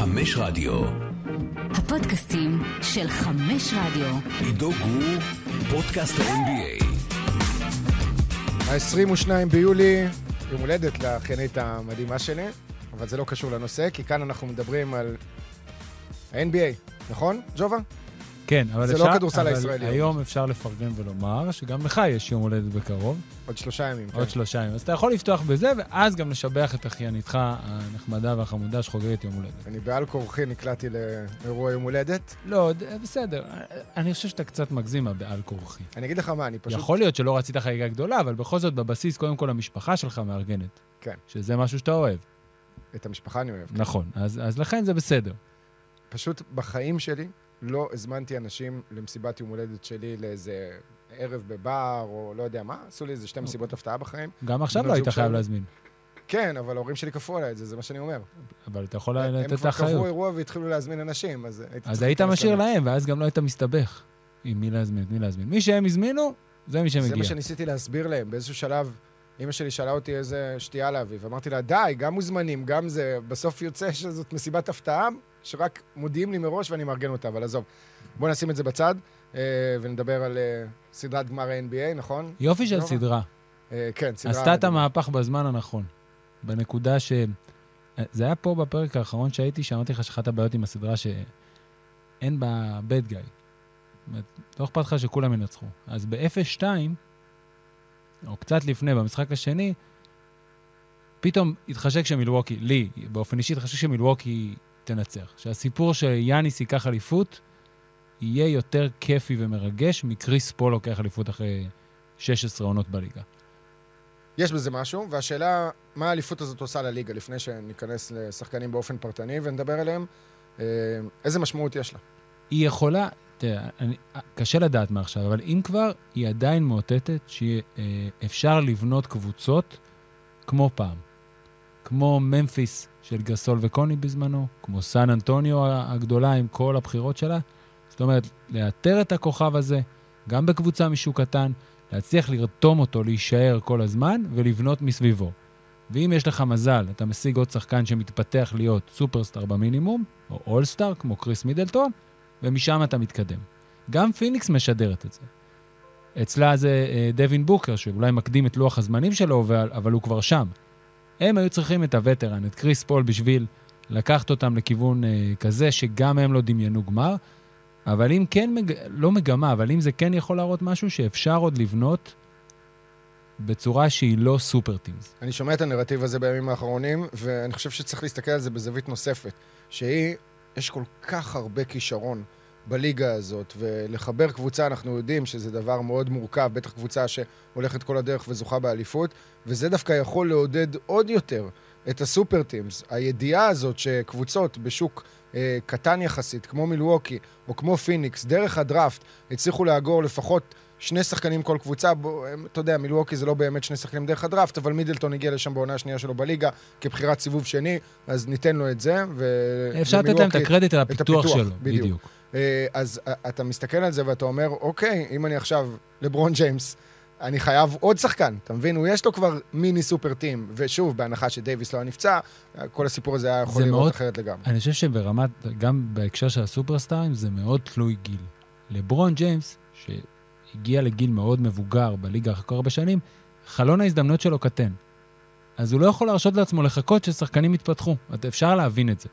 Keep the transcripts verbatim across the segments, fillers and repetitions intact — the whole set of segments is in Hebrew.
חמש רדיו. הפודקאסטים של חמש רדיו. עידו גור, פודקאסט ה-אן בי איי. ה-עשרים ושניים ביולי, יום הולדת לאחיינית המדהימה שלי, אבל זה לא קשור לנושא, כי כאן אנחנו מדברים על ה-אן בי איי, נכון, ג'ובה? כן, אבל זה אפשר, לא כדורסל אבל הישראלי. היום אפשר לפרגן ולומר שגם לך יש יום הולדת בקרוב. עוד שלושה ימים. עוד כן. שלושה ימים. אז אתה יכול לפתוח בזה, ואז גם לשבח את אחייניתך הנחמדה והחמודה שחוגגת יום הולדת. אני בעל כורחי נקלעתי לאירוע יום הולדת. לא, בסדר. אני חושב שאתה קצת מגזים בעל כורחי. אני אגיד לך מה, אני פשוט... יכול להיות שלא רצית חגיגה גדולה, אבל בכל זאת בבסיס קודם כל המשפחה שלך מארגנת. כן. שזה משהו שאתה אוהב. את המשפחה אני אוהב. נכון. אז, אז לכן זה בסדר. פשוט בחיים שלי לא הזמנתי אנשים למסיבת יום הולדת שלי לאיזה ערב בבר, או לא יודע מה, עשו לי איזה שתי מסיבות הפתעה בחיים. גם עכשיו לא היית חייב להזמין. כן, אבל ההורים שלי כפו עליי את זה, זה מה שאני אומר. אבל אתה יכול לתת הם כבר לאחריות. קבעו אירוע והתחילו להזמין אנשים, אז... אז היית משאיר להם, ואז גם לא היית מסתבך. עם מי להזמין, מי להזמין. מי שהם הזמינו, זה מי שמגיע. זה מה שניסיתי להסביר להם. באיזשהו שלב, אמא שלי שאלה אותי איזה שתייה להביא, ואמרתי לה, די, גם מוזמנים, גם זה. בסוף יוצא שזאת מסיבת הפתעה, שרק מודיעים לי מראש ואני מארגן אותה, אבל עזוב. בואו נשים את זה בצד, ונדבר על סדרת גמר ה-אן בי איי, נכון? יופי של סדרה. כן, סדרה... עשתה את המהפך בזמן הנכון. בנקודה ש... זה היה פה בפרק האחרון שהייתי, שאמרתי לך שאחת הבעיות עם הסדרה שאין בה bad guy. לא אכפת לך שכולם ינצחו. אז ב-אפס שתיים, או קצת לפני, במשחק השני, פתאום התחשק שמילווקי, לי, באופן אישי התחשק שמילווקי תנצח. שהסיפור שיאניס ייקח אליפות, יהיה יותר כיפי ומרגש מקריס פול לוקח אליפות אחרי שש עשרה עונות בליגה. יש בזה משהו, והשאלה, מה האליפות הזאת עושה לליגה, לפני שניכנס לשחקנים באופן פרטני ונדבר עליהם, איזה משמעות יש לה? היא יכולה, תראה, אני, קשה לדעת מה עכשיו, אבל אם כבר, היא עדיין מאותתת שאפשר לבנות קבוצות כמו פעם. כמו ממפיס של גסול וקוני בזמנו, כמו סן אנטוניו הגדולה עם כל הבחירות שלה. זאת אומרת, לאתר את הכוכב הזה, גם בקבוצה משהו קטן, להצליח לרתום אותו, להישאר כל הזמן, ולבנות מסביבו. ואם יש לך מזל, אתה משיג עוד שחקן שמתפתח להיות סופרסטאר במינימום, או אולסטאר, כמו קריס מידלטון, ומשם אתה מתקדם. גם פיניקס משדרת את זה. אצלה זה דווין בוקר, שאולי מקדים את לוח הזמנים שלו, אבל הוא כבר שם. הם היו צריכים את הווטרן, את קריס פול, בשביל לקחת אותם לכיוון כזה, שגם הם לא דמיינו גמר, אבל אם כן, לא מגמה, אבל אם זה כן יכול להראות משהו שאפשר עוד לבנות בצורה שהיא לא סופר טימס. אני שומע את הנרטיב הזה בימים האחרונים, ואני חושב שצריך להסתכל על זה בזווית נוספת, שהיא, יש כל כך הרבה כישרון בליגה הזאת, ולחבר קבוצה אנחנו יודעים שזה דבר מאוד מורכב, בטח קבוצה שהולכת כל הדרך וזוכה באליפות, וזה דווקא יכול לעודד עוד יותר את הסופר טימס. הידיעה הזאת שקבוצות בשוק אה, קטן יחסית, כמו מילווקי או כמו פיניקס, דרך הדראפט, הצליחו לאגור לפחות שני שחקנים כל קבוצה. בו, אתה יודע, מילווקי זה לא באמת שני שחקנים דרך הדראפט, אבל מידלטון הגיע לשם בעונה השנייה שלו בליגה כבחירת סיבוב שני, אז ניתן לו את זה. אפשר לתת להם את הקרדיט על הפיתוח שלו. בדיוק. בדיוק. אה, אז אתה מסתכל על זה ואתה אומר, אוקיי, אם אני עכשיו לברון ג'יימס, אני חייב עוד שחקן, אתה מבין? הוא יש לו כבר מיני סופר טים, ושוב, בהנחה שדייביס לא היה נפצע, כל הסיפור הזה היה יכול לראות אחרת לגמרי. אני חושב שברמת, גם בהקשר של הסופרסטארים, זה מאוד תלוי גיל. לברון ג'יימס, שהגיע לגיל מאוד מבוגר בליגה אחרי הרבה שנים, חלון ההזדמנות שלו קטן. אז הוא לא יכול להרשות לעצמו לחכות ששחקנים יתפתחו. אפשר להבין את זה.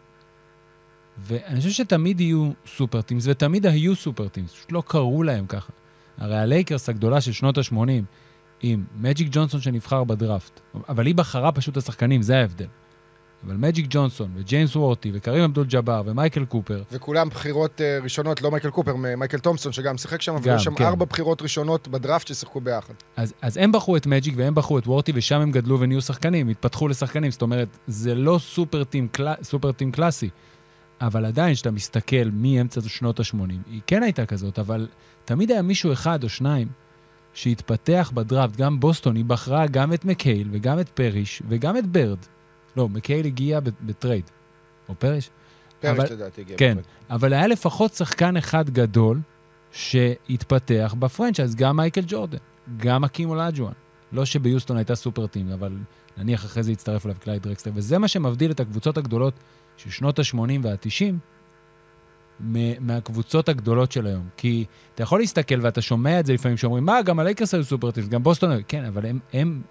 ואני חושב שתמיד יהיו סופר טימס, ותמיד היו סופר טימס, פשוט לא קראו להם ככה. הרי הלייקרס הגדולה של שנות ה-שמונים, עם מג'יק ג'ונסון שנבחר בדראפט, אבל היא בחרה פשוט השחקנים, זה ההבדל. אבל מג'יק ג'ונסון וג'יימס וורטי וקרים אבדול ג'אבר ומייקל קופר. וכולם בחירות uh, ראשונות, לא מייקל קופר, מייקל תומפסון שגם שיחק שם, ויש שם כן. ארבע בחירות ראשונות בדראפט ששיחקו ביחד. אז, אז הם בחרו את מג'יק והם בחרו את וורטי, ושם הם גדלו ונהיו שחקנים, התפתחו לשחקנים, זאת אומרת, זה לא סופר טים, קל... סופר טים קלאסי. אבל עדיין, שאתה מסתכל מאמצע שנות ה-שמונים, היא כן הייתה כזאת, אבל תמיד היה מישהו אחד או שניים שהתפתח בדראפט, גם בוסטון, היא בחרה גם את מקייל וגם את פריש וגם את ברד. לא, מקייל הגיע בטרייד. או פריש? פריש לדעתי הגיע כן, בטרייד. אבל היה לפחות שחקן אחד גדול שהתפתח בפרנצ'ייז, גם מייקל ג'ורדן, גם אקים אולג'ואן. לא שביוסטון הייתה סופר טים, אבל נניח אחרי זה יצטרף אליו קלייד דרקסלר, וזה מה שמבדיל את הקבוצות הגדולות של שנות ה-שמונים וה-תשעים, מהקבוצות הגדולות של היום. כי אתה יכול להסתכל ואתה שומע את זה לפעמים שאומרים, מה, גם הלייקרס היו סופר טימס, גם בוסטון היו, כן, אבל הם, הם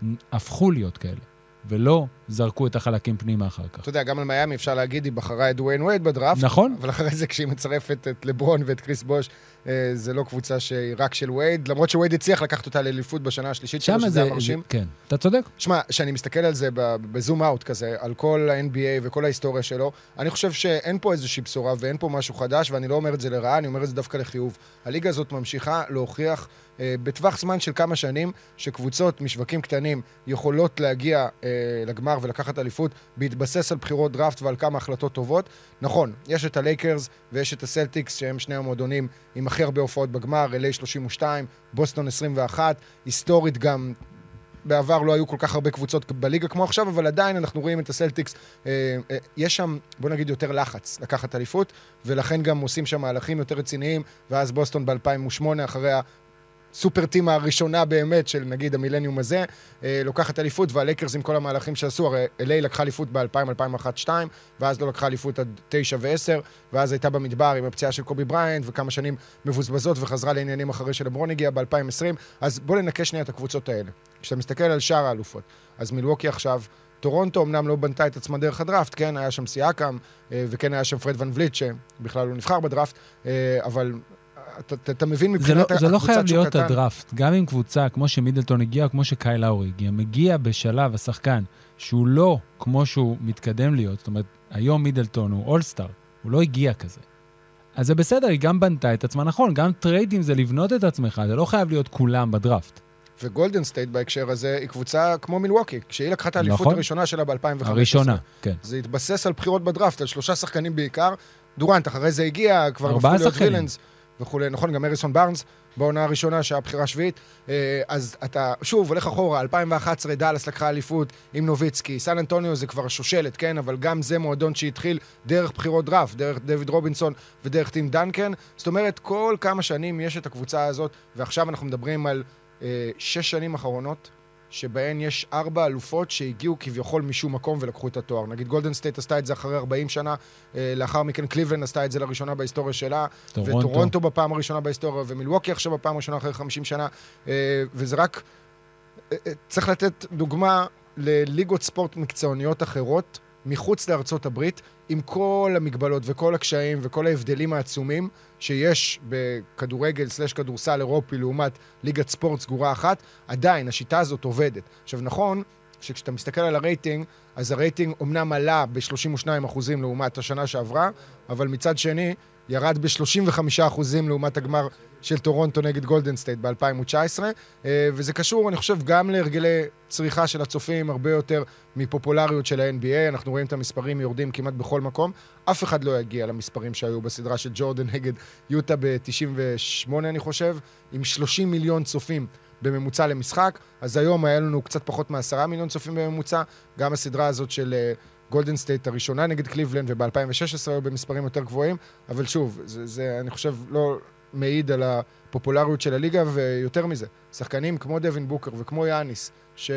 הפכו להיות כאלה. ולא זרקו את החלקים פנימה אחר כך. אתה יודע, גם על מיאמי אפשר להגיד, היא בחרה את דוויין וייד בדראפט. נכון. אבל אחרי זה, כשהיא מצרפת את לברון ואת קריס בוש, זה לא קבוצה שהיא רק של וייד, למרות שווייד הצליח לקחת אותה לאליפות בשנה השלישית שלו, שזה המרשים. כן, אתה צודק. שמע, שאני מסתכל על זה בזום אאוט כזה, על כל ה-אן בי איי וכל ההיסטוריה שלו, אני חושב שאין פה איזושהי בשורה ואין פה משהו חדש, ואני לא אומר את זה לרעה, אני אומר את זה דווקא לחיוב. הליגה הזאת ממשיכה להוכיח בטווח זמן של כמה שנים, שקבוצות משווקים קטנים יכולות להגיע אה, לגמר ולקחת אליפות, בהתבסס על בחירות דראפט ועל כמה החלטות טובות. נכון, יש את הלייקרס ויש את הסלטיקס, שהם שני המועדונים עם הכי הרבה הופעות בגמר, אל איי שלושים ושתיים, בוסטון עשרים ואחת, היסטורית גם, בעבר לא היו כל כך הרבה קבוצות בליגה כמו עכשיו, אבל עדיין אנחנו רואים את הסלטיקס, אה, אה, יש שם, בוא נגיד, יותר לחץ לקחת אליפות, ולכן גם עושים שם מהלכים יותר רציניים, ואז בוסטון ב-אלפיים ושמונה, אחרי ה... סופר טימה הראשונה באמת של נגיד המילניום הזה, אה, לוקחת אליפות, והלייקרס עם כל המהלכים שעשו, הרי אל איי לקחה אליפות ב-אלפיים, אלפיים ואחת, אלפיים ושתיים, ואז לא לקחה אליפות עד תשע ועשר, ואז הייתה במדבר עם הפציעה של קובי בריינט, וכמה שנים מבוזבזות וחזרה לעניינים אחרי שלברון הגיע ב-אלפיים ועשרים, אז בוא ננקה שנייה את הקבוצות האלה. כשאתה מסתכל על שאר האלופות, אז מילווקי עכשיו, טורונטו אמנם לא בנתה את עצמה דרך הדראפט, כן, היה שם סייקם, אה, וכן היה שם פרד ון וליט, שבכלל לא נבחר בדראפט, אה, אבל אתה, אתה, אתה מבין מבחינת הקבוצת שוקטן. זה לא חייב להיות קטן. הדראפט. גם עם קבוצה, כמו שמידלטון הגיע, כמו שקאי לאורי הגיע, מגיע בשלב השחקן, שהוא לא כמו שהוא מתקדם להיות, זאת אומרת, היום מידלטון הוא אולסטאר, הוא לא הגיע כזה. אז זה בסדר, היא גם בנתה את עצמה, נכון, גם טריידים זה לבנות את עצמך, זה לא חייב להיות כולם בדראפט. וגולדן סטייט בהקשר הזה היא קבוצה כמו מילווקי, כשהיא לקחה את האליפות נכון. הראשונה שלה ב-אלפיים וחמש עשרה. הראשונה, כן. זה התבסס על בחירות בדראפט, על שלושה שחקנים בעיקר. דורנט, אחרי זה הגיע, כבר ארבעה הפכו להיות שחקנים. וילנס וכולי. נכון, גם אריסון בארנס, בעונה הראשונה שהבחירה השביעית. אז אתה, שוב, הולך אחורה, אלפיים ואחת עשרה דאלאס לקחה אליפות עם נוביצקי. סן אנטוניו זה כבר שושלת, כן? אבל גם זה מועדון שהתחיל דרך בחירות דראפט, דרך דויד רובינסון ודרך טים דנקן. זאת אומרת, כל כמה שנים יש את הקבוצה הזאת, ועכשיו אנחנו מדברים על אה, שש שנים אחרונות, שבהן יש ארבע אלופות שהגיעו כביכול משום מקום ולקחו את התואר. נגיד גולדן סטייט עשתה את זה אחרי ארבעים שנה, אה, לאחר מכן קליבלנד עשתה את זה לראשונה בהיסטוריה שלה, טורונטו. וטורונטו בפעם הראשונה בהיסטוריה, ומילווקי עכשיו בפעם הראשונה אחרי חמישים שנה, אה, וזה רק, אה, אה, צריך לתת דוגמה לליגות ספורט מקצועניות אחרות, מחוץ לארצות הברית, עם כל המגבלות וכל הקשיים וכל ההבדלים העצומים שיש בכדורגל סלש כדורסל אירופי לעומת ליגת ספורט סגורה אחת, עדיין השיטה הזאת עובדת. עכשיו נכון, שכשאתה מסתכל על הרייטינג, אז הרייטינג אומנם עלה ב-שלושים ושניים אחוזים לעומת השנה שעברה, אבל מצד שני ירד ב-שלושים וחמישה אחוזים לעומת הגמר של טורונטו נגד גולדן סטייט ב-אלפיים תשע עשרה, וזה קשור, אני חושב, גם להרגלי צריכה של הצופים, הרבה יותר מפופולריות של ה-אן בי איי, אנחנו רואים את המספרים יורדים כמעט בכל מקום, אף אחד לא יגיע למספרים שהיו בסדרה של ג'ורדן נגד יוטה ב-תשעים ושמונה, אני חושב, עם שלושים מיליון צופים בממוצע למשחק, אז היום היה לנו קצת פחות מעשרה מיליון צופים בממוצע, גם הסדרה הזאת של גולדן סטייט הראשונה נגד קליבלנד, וב-אלפיים ושש עשרה היו במספרים יותר גבוהים, אבל שוב, זה, זה אני חושב, לא מעיד על הפופולריות של הליגה, ויותר מזה, שחקנים כמו דווין בוקר וכמו יאניס,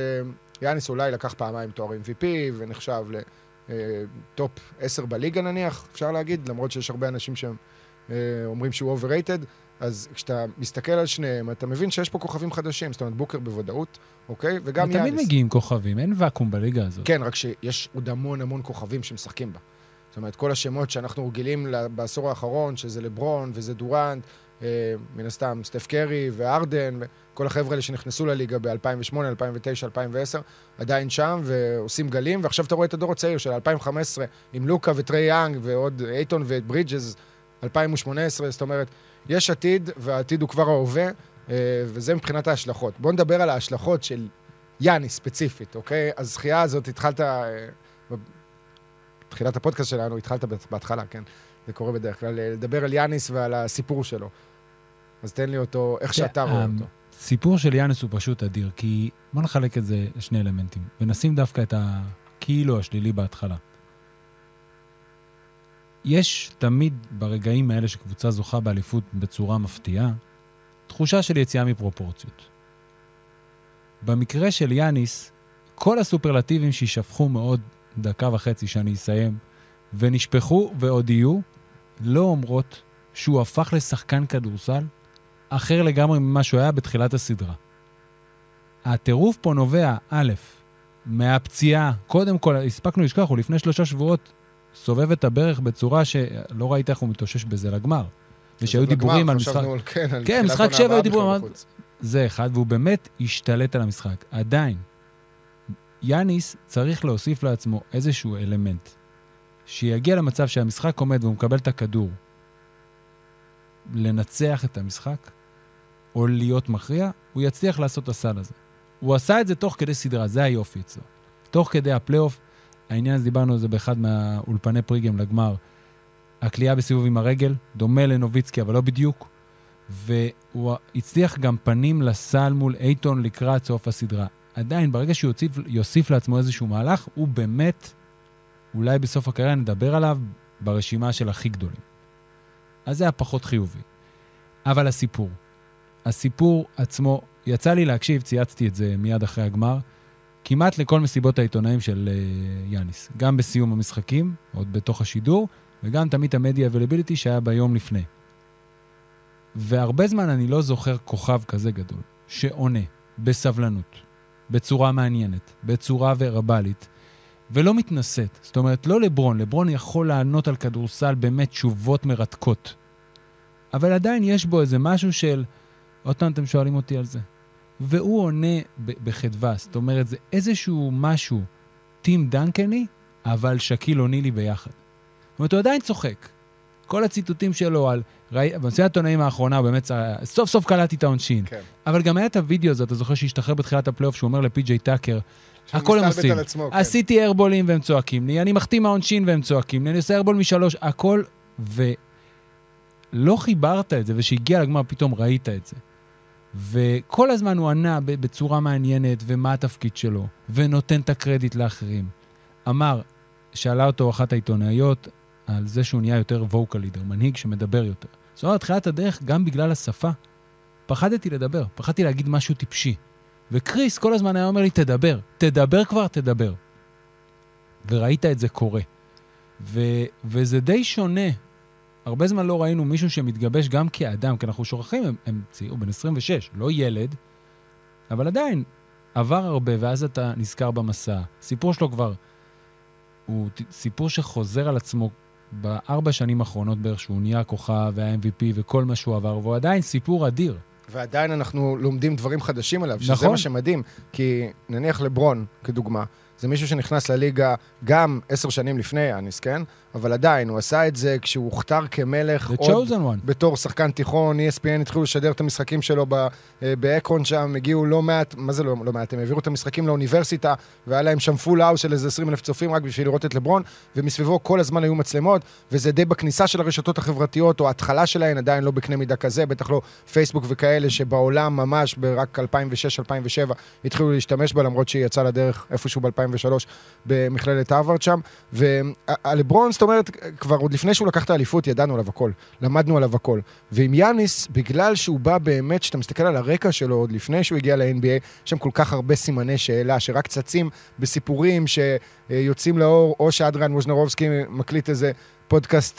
שיאניס אולי לקח פעמיים תואר אם וי פי, ונחשב לטופ עשר בליגה נניח, אפשר להגיד, למרות שיש הרבה אנשים שהם אומרים שהוא overrated, אז כשאתה מסתכל על שניהם, אתה מבין שיש פה כוכבים חדשים, זאת אומרת, בוקר בוודאות, אוקיי? וגם יאניס. תמיד מגיעים כוכבים, אין ואקום בליגה הזאת. כן, רק שיש עוד המון המון כוכבים שמשחקים בה. זאת אומרת, כל השמות שאנחנו רגילים בעשור האחרון, שזה לברון וזה דורנט, מן הסתם סטף קרי וארדן, וכל החבר'ה האלה שנכנסו לליגה ב-אלפיים ושמונה, אלפיים ותשע, אלפיים ועשר, עדיין שם ועושים גלים, ועכשיו אתה רואה את הדור הצעיר של אלפיים וחמש עשרה, עם לוקה וטרי יאנג ועוד אייטון ואת ברידג'ז, אלפיים ושמונה עשרה, זאת אומרת, יש עתיד, והעתיד הוא כבר ההווה, וזה מבחינת ההשלכות. בואו נדבר על ההשלכות של יאני ספציפית, אוקיי? הזכייה הזאת התחלת, בתחילת הפודקאסט שלנו, התחלת בהתחלה, כן? זה קורה בדרך כלל, לדבר על יאניס ועל הסיפור שלו. אז תן לי אותו, איך שאתה רואה אותו. הסיפור של יאניס הוא פשוט אדיר, כי בוא נחלק את זה לשני אלמנטים, ונשים דווקא את הכאילו השלילי בהתחלה. יש תמיד ברגעים האלה שקבוצה זוכה באליפות בצורה מפתיעה, תחושה של יציאה מפרופורציות. במקרה של יאניס, כל הסופרלטיבים שישפכו מאוד דקה וחצי שאני אסיים, ונשפחו ועוד יהיו, לא אומרות שהוא הפך לשחקן כדורסל אחר לגמרי ממה שהוא היה בתחילת הסדרה. הטירוף פה נובע, א', מהפציעה. קודם כל, הספקנו לשכח, הוא לפני שלושה שבועות סובב את הברך בצורה שלא ראית איך הוא מתאושש בזה לגמר. ושהיו דיבורים על משחק... כן, משחק שבע היו דיבורים. זה אחד, והוא באמת השתלט על המשחק. עדיין, יאניס צריך להוסיף לעצמו איזשהו אלמנט, שיגיע למצב שהמשחק עומד והוא מקבל את הכדור, לנצח את המשחק, או להיות מכריע, הוא יצליח לעשות את הסל הזה. הוא עשה את זה תוך כדי סדרה, זה היופי אצלו. תוך כדי הפלייאוף, העניין הזה דיברנו על זה באחד מהאולפני פריגם לגמר, הקליעה בסיבוב עם הרגל, דומה לנוביצקי, אבל לא בדיוק, והוא הצליח גם פנים לסל מול אייטון לקראת סוף הסדרה. עדיין, ברגע שהוא יוסיף, יוסיף לעצמו איזשהו מהלך, הוא באמת, אולי בסוף הקריירה נדבר עליו ברשימה של הכי גדולים. אז זה היה פחות חיובי. אבל הסיפור, הסיפור עצמו, יצא לי להקשיב, צייצתי את זה מיד אחרי הגמר, כמעט לכל מסיבות העיתונאים של uh, יאניס. גם בסיום המשחקים, עוד בתוך השידור, וגם תמיד המדיה availability שהיה ביום לפני. והרבה זמן אני לא זוכר כוכב כזה גדול, שעונה בסבלנות, בצורה מעניינת, בצורה ורבלית, ולא מתנשאת. זאת אומרת, לא לברון, לברון יכול לענות על כדורסל באמת תשובות מרתקות. אבל עדיין יש בו איזה משהו של, אותם אתם שואלים אותי על זה. והוא עונה בחדווה, זאת אומרת, זה איזשהו משהו, טים דנקני, אבל שקיל אונילי ביחד. זאת אומרת, הוא עדיין צוחק. כל הציטוטים שלו על, בנושא העיתונאים האחרונה, הוא באמת, סוף סוף קלטתי את העונשין. כן. אבל גם היה את הוידאו הזה, אתה זוכר שהשתחרר בתחילת הפלייאוף, שהוא אומר לפי-ג'יי טאקר, הכל הם עושים. עצמו, כן. עשיתי ארבולים והם צועקים לי, אני מחתים העונשין והם צועקים לי, אני עושה ארבול משלוש, הכל, ולא חיברת את זה, ושהגיע לגמר פתאום ראית את זה. וכל הזמן הוא ענה בצורה מעניינת, ומה התפקיד שלו, ונותן את הקרדיט לאחרים. אמר, שאלה אותו אחת העיתונאיות, על זה שהוא נהיה יותר ווקל לידר, מנהיג שמדבר יותר. זאת אומרת, תחילת הדרך, גם בגלל השפה, פחדתי לדבר, פחדתי להגיד משהו טיפשי. וקריס כל הזמן היה אומר לי, תדבר, תדבר כבר, תדבר. וראית את זה קורה. ו- וזה די שונה. הרבה זמן לא ראינו מישהו שמתגבש גם כאדם, כי אנחנו שוכחים, הם, הם צעירו בן עשרים ושש, לא ילד, אבל עדיין עבר הרבה, ואז אתה נזכר במסע. סיפור שלו כבר, הוא סיפור שחוזר על עצמו בארבע שנים האחרונות בערך, שהוא נהיה כוכב וה-אם וי פי וכל מה שהוא עבר, והוא עדיין סיפור אדיר. ועדיין אנחנו לומדים דברים חדשים עליו, שזה נכון. מה שמדהים, כי נניח לברון, כדוגמה, זה מישהו שנכנס לליגה גם עשר שנים לפני יאניס, כן? אבל עדיין, הוא עשה את זה כשהוא הוכתר כמלך עוד בתור שחקן תיכון, אי אס פי אן התחילו לשדר את המשחקים שלו באקרון שם, הגיעו לא מעט, מה זה לא, לא מעט? הם העבירו את המשחקים לאוניברסיטה, והיה להם שם פול האוס של איזה עשרים אלף צופים רק בשביל לראות את לברון, ומסביבו כל הזמן היו מצלמות, וזה די בכניסה של הרשתות החברתיות, או ההתחלה שלהן, עדיין לא בקנה מידה כזה, בטח לא פייסבוק וכאלה, שבעולם ממש ברק אלפיים ושש אלפיים ושבע התחילו להשתמש בה, למרות שהיא יצאה לדרך איפשהו ב-אלפיים ושלוש במכללת הרווארד שם, ולברון, זאת אומרת, כבר עוד לפני שהוא לקח את האליפות, ידענו עליו הכל, למדנו עליו הכל. ועם יאניס, בגלל שהוא בא באמת, שאתה מסתכל על הרקע שלו, עוד לפני שהוא הגיע ל-אן בי איי, שם כל כך הרבה סימני שאלה, שרק צצים בסיפורים שיוצאים לאור, או שאדריאן ווז'נרובסקי מקליט איזה פודקאסט,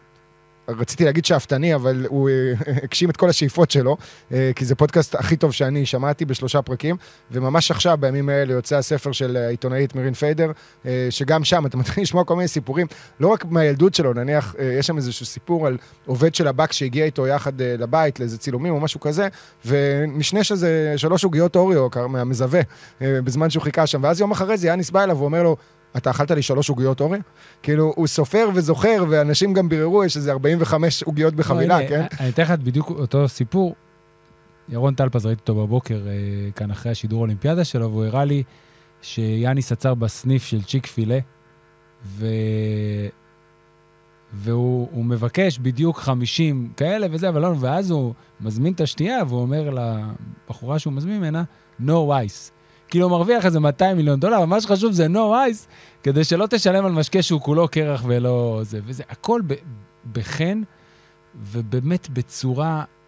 רציתי להגיד שאפתני, אבל הוא הקשים את כל השאיפות שלו, כי זה פודקאסט הכי טוב שאני שמעתי בשלושה פרקים, וממש עכשיו, בימים האלה, יוצא הספר של העיתונאית מירין פיידר, שגם שם אתה מתחיל לשמוע כל מיני סיפורים, לא רק מהילדות שלו, נניח, יש שם איזשהו סיפור על עובד של הבק שהגיע איתו יחד לבית, לאיזה צילומים או משהו כזה, ונשנש איזה שלוש עוגיות אוריו מהמזווה, בזמן שהוא חיכה שם, ואז יום אחרי זה יאניס בא אליו ואומר לו, אתה אכלת לי שלוש עוגיות אורי? כאילו, הוא סופר וזוכר, ואנשים גם ביררו, יש איזה ארבעים וחמש עוגיות בחבילה, כן? אני אתן לך בדיוק אותו סיפור. ירון טלפז, ראיתי אותו בבוקר, כאן אחרי השידור האולימפיאדה שלו, והוא הראה לי שיאניס עצר בסניף של צ'יק פילה, ו... והוא מבקש בדיוק חמישים כאלה וזה, אבל לא, ואז הוא מזמין את השנייה, והוא אומר לבחורה שהוא מזמין ממנה, no ice. כאילו הוא מרוויח איזה מאתיים מיליון דולר, מה שחשוב זה no ice, כדי שלא תשלם על משקה שהוא כולו קרח ולא זה, וזה הכל ב- בחן, ובאמת בצורה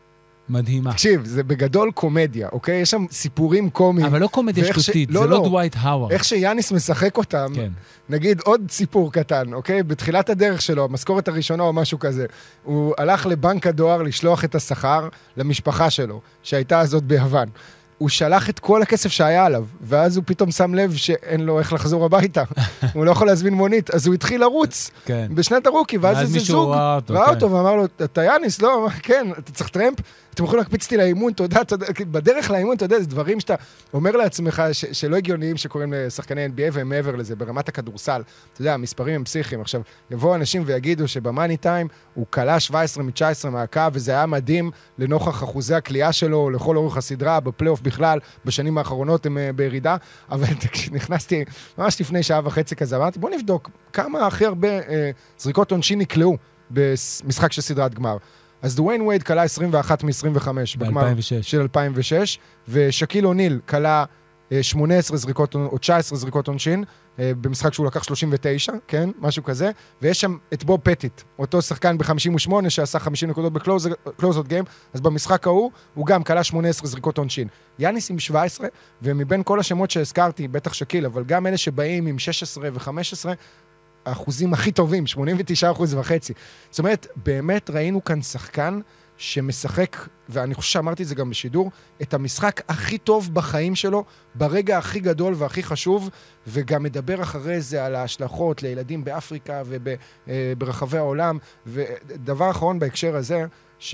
מדהימה. תקשיב, זה בגדול קומדיה, אוקיי? יש שם סיפורים קומיים. אבל לא קומדיה שטותית, ש... לא, זה לא לא דווייט האווארד. איך שיאניס משחק אותם, כן. נגיד עוד סיפור קטן, אוקיי? בתחילת הדרך שלו, המשכורת הראשונה או משהו כזה, הוא הלך לבנק הדואר לשלוח את השכר למשפחה שלו, שהייתה הזאת ביוון. הוא שלח את כל הכסף שהיה עליו, ואז הוא פתאום שם לב שאין לו איך לחזור הביתה. הוא לא יכול להזמין מונית, אז הוא התחיל לרוץ כן. בשנת הרוקי, ואז איזה זוג ראה אותו, ראה כן. אותו ואמר לו, אתה יאניס, לא, כן, אתה צריך טרמפ, אתם יכולים להקפיץ אותי לאימון, תודה, תודה, בדרך לאימון, אתה יודע, זה דברים שאתה אומר לעצמך ש- שלא הגיוניים שקוראים לשחקני אן בי איי והם מעבר לזה, ברמת הכדורסל, אתה יודע, המספרים הם פסיכיים. עכשיו, יבואו אנשים ויגידו שבמאני טיים הוא קלה שבע עשרה מתשע עשרה מהקו, וזה היה מדהים לנוכח אחוזי הקליעה שלו, לכל אורך הסדרה, בפלייאוף בכלל, בשנים האחרונות הם בירידה, אבל נכנסתי ממש לפני שעה וחצי כזה, אמרתי, בוא נבדוק כמה הכי הרבה אה, זריקות עונשין נקלעו במשחק של סדרת גמר. אז דוויין וייד קלה עשרים ואחת מ-עשרים וחמש בגמר של אלפיים ושש, ושקיל אוניל קלה שמונה עשרה זריקות או תשע עשרה זריקות עונשין, במשחק שהוא לקח שלושים ותשע, כן, משהו כזה, ויש שם את בוב פטיט, אותו שחקן ב-חמישים ושמונה שעשה חמישים נקודות בקלוז-אוט גיים, אז במשחק ההוא הוא גם קלה שמונה עשרה זריקות עונשין. יאניס עם שבע עשרה, ומבין כל השמות שהזכרתי, בטח שקיל, אבל גם אלה שבאים עם שש עשרה ו-חמש עשרה, האחוזים הכי טובים, שמונים ותשעה אחוז וחצי. זאת אומרת, באמת ראינו כאן שחקן שמשחק, ואני חושב שאמרתי את זה גם בשידור, את המשחק הכי טוב בחיים שלו, ברגע הכי גדול והכי חשוב, וגם מדבר אחרי זה על ההשלכות לילדים באפריקה וברחבי העולם. ודבר אחרון בהקשר הזה, ש...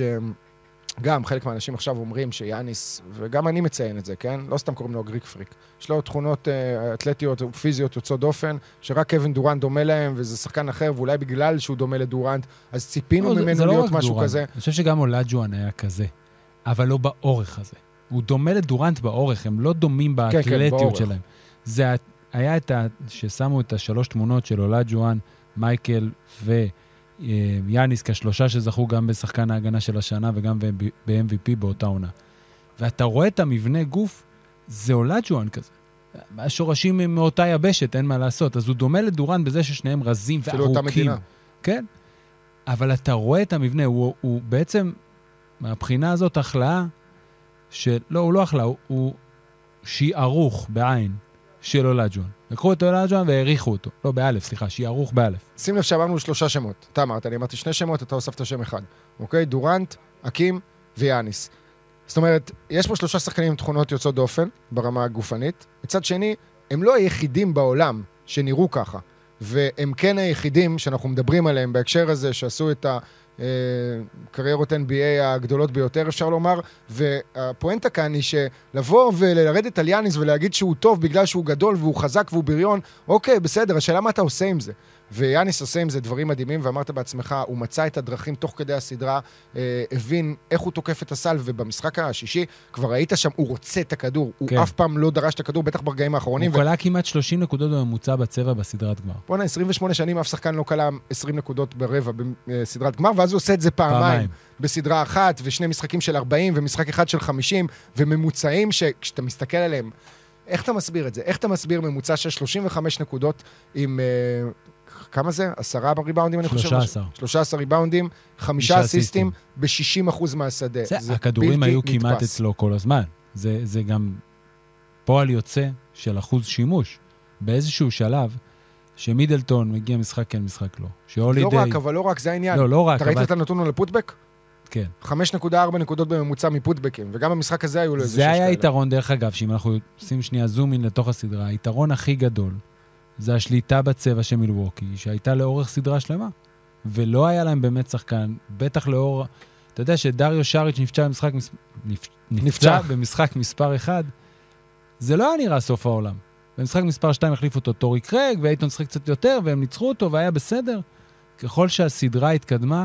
גם חלק מהאנשים עכשיו אומרים שיאניס, וגם אני מציין את זה, כן? לא סתם קוראים לו גריק פריק. יש לו תכונות uh, אתלטיות ופיזיות יוצאות דופן, שרק קווין דורנט דומה להם, וזה שחקן אחר, ואולי בגלל שהוא דומה לדורנט, אז ציפינו לא, ממנו זה, זה להיות לא משהו דורנט. כזה. אני חושב שגם אולג'ואן היה כזה, אבל לא באורך הזה. הוא דומה לדורנט באורך, הם לא דומים באתלטיות כן, כן, שלהם. זה היה את ה... ששמו את השלוש תמונות של אולג'ואן, מייקל ו... יאניס כשלושה שזכו גם בשחקן ההגנה של השנה וגם ב-אם וי פי באותה עונה. ואתה רואה את המבנה גוף, זה אולג'ואן כזה. השורשים הם מאותה יבשת, אין מה לעשות. אז הוא דומה לדורן בזה ששניהם רזים וארוכים. אפילו אותה מדינה. כן? אבל אתה רואה את המבנה, הוא, הוא בעצם, מהבחינה הזאת, החלאה, של, לא, הוא לא החלאה, הוא, הוא שיערוך בעין של אולג'ואן. לקחו את אולג'ואן והעריכו אותו. לא, באלף, סליחה, שיערוך באלף. שים לב שאמרנו שלושה שמות. אתה אמרת, אני אמרתי שני שמות, אתה הוספת שם אחד. אוקיי? דורנט, אקים ויאניס. זאת אומרת, יש פה שלושה שחקנים עם תכונות יוצאות דופן, ברמה הגופנית. מצד שני, הם לא היחידים בעולם שנראו ככה. והם כן היחידים שאנחנו מדברים עליהם בהקשר הזה, שעשו את הקריירות אן בי איי הגדולות ביותר, אפשר לומר, והפואנטה כאן היא שלבוא ולרדת על יאניס ולהגיד שהוא טוב בגלל שהוא גדול והוא חזק והוא בריון, אוקיי, בסדר, השאלה מה אתה עושה עם זה? ויאניס עושה עם זה דברים מדהימים, ואמרת בעצמך, הוא מצא את הדרכים תוך כדי הסדרה, אה, הבין איך הוא תוקף את הסל, ובמשחק השישי כבר ראית שם, הוא רוצה את הכדור, כן. הוא אף פעם לא דרש את הכדור, בטח ברגעים האחרונים. הוא ו... קלה כמעט שלושים נקודות בממוצע בצבע בסדרת גמר. בוא'נה, עשרים ושמונה שנים אף שחקן לא קלה עשרים נקודות ברבע בסדרת גמר, ואז הוא עושה את זה פעמיים, פעמיים. בסדרה אחת, ושני משחקים של ארבעים, ומשחק אחד של חמישים, וממוצעים שכשאתה מסתכל עליהם, איך אתה מסביר את זה? איך אתה מסביר ממוצע של שלושים וחמש נקודות עם... אה, כמה זה? עשרה ריבאונדים, אני חושב? שלושה עשר. שלושה עשר ריבאונדים, חמישה אסיסטים ב-שישים אחוז מהשדה. זה, זה הכדורים היו נתפס. כמעט אצלו כל הזמן. זה, זה גם פועל יוצא של אחוז שימוש. באיזשהו שלב, שמידלטון מגיע משחק כן, משחק לא. שהולידי... לא רק, אבל לא רק, זה העניין. לא, לא רק. אתה אבל... ראית את הנתון על הפוטבק? כן. חמש נקודה ארבע נקודות בממוצע מפוטבקים, וגם במשחק הזה היו לו איזה שש כאלה. זה היה יתרון, דרך אגב, שאם אנחנו עושים שנייה זומין לתוך הסדרה, היתרון הכי גדול זה השליטה בצבע של מילווקי, שהייתה לאורך סדרה שלמה. ולא היה להם באמת שחקן, בטח לאור... אתה יודע שדריו שריץ' נפצע במשחק, נפ... נפצע במשחק מספר אחד, זה לא היה נראה סוף העולם. במשחק מספר שתיים החליפו אותו טורי קרג, ואייטון שחק קצת יותר, והם ניצחו אותו, והיה בסדר. ככל שהסדרה התקדמה,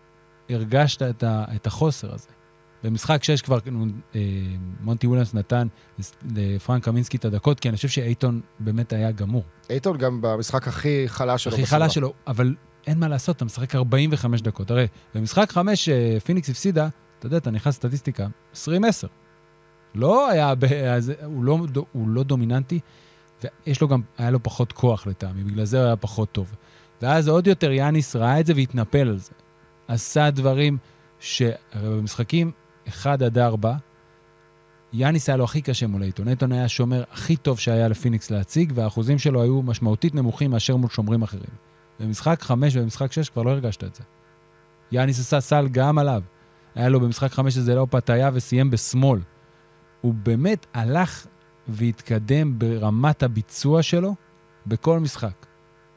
הרגשת את, ה... את החוסר הזה. במשחק שש כבר אה, מונטי וויליאמס נתן לפרנק קמינסקי את הדקות, כי אני חושב שאייטון באמת היה גמור. אייטון גם במשחק הכי חלש שלו. הכי חלש שלו, אבל אין מה לעשות, אתה משחק ארבעים וחמש דקות. הרי במשחק חמש, פיניקס הפסידה, אתה יודע, אתה נכנס סטטיסטיקה, עשרים עשר. לא היה, הוא לא, הוא לא דומיננטי, ויש לו גם, היה לו פחות כוח לטעמי, בגלל זה הוא היה פחות טוב. ואז עוד יותר יאניס ראה את זה והתנפל על זה. עשה דברים שבמשחקים אחד עד ארבע, יאניס היה לו הכי קשה מול אייטון. אייטון היה השומר הכי טוב שהיה לפיניקס להציג, והאחוזים שלו היו משמעותית נמוכים מאשר מול שומרים אחרים. במשחק חמש ובמשחק שש כבר לא הרגשת את זה. יאניס עשה סל גם עליו. היה לו במשחק חמש הזה לא פתיה וסיים בשמאל. הוא באמת הלך והתקדם ברמת הביצוע שלו בכל משחק.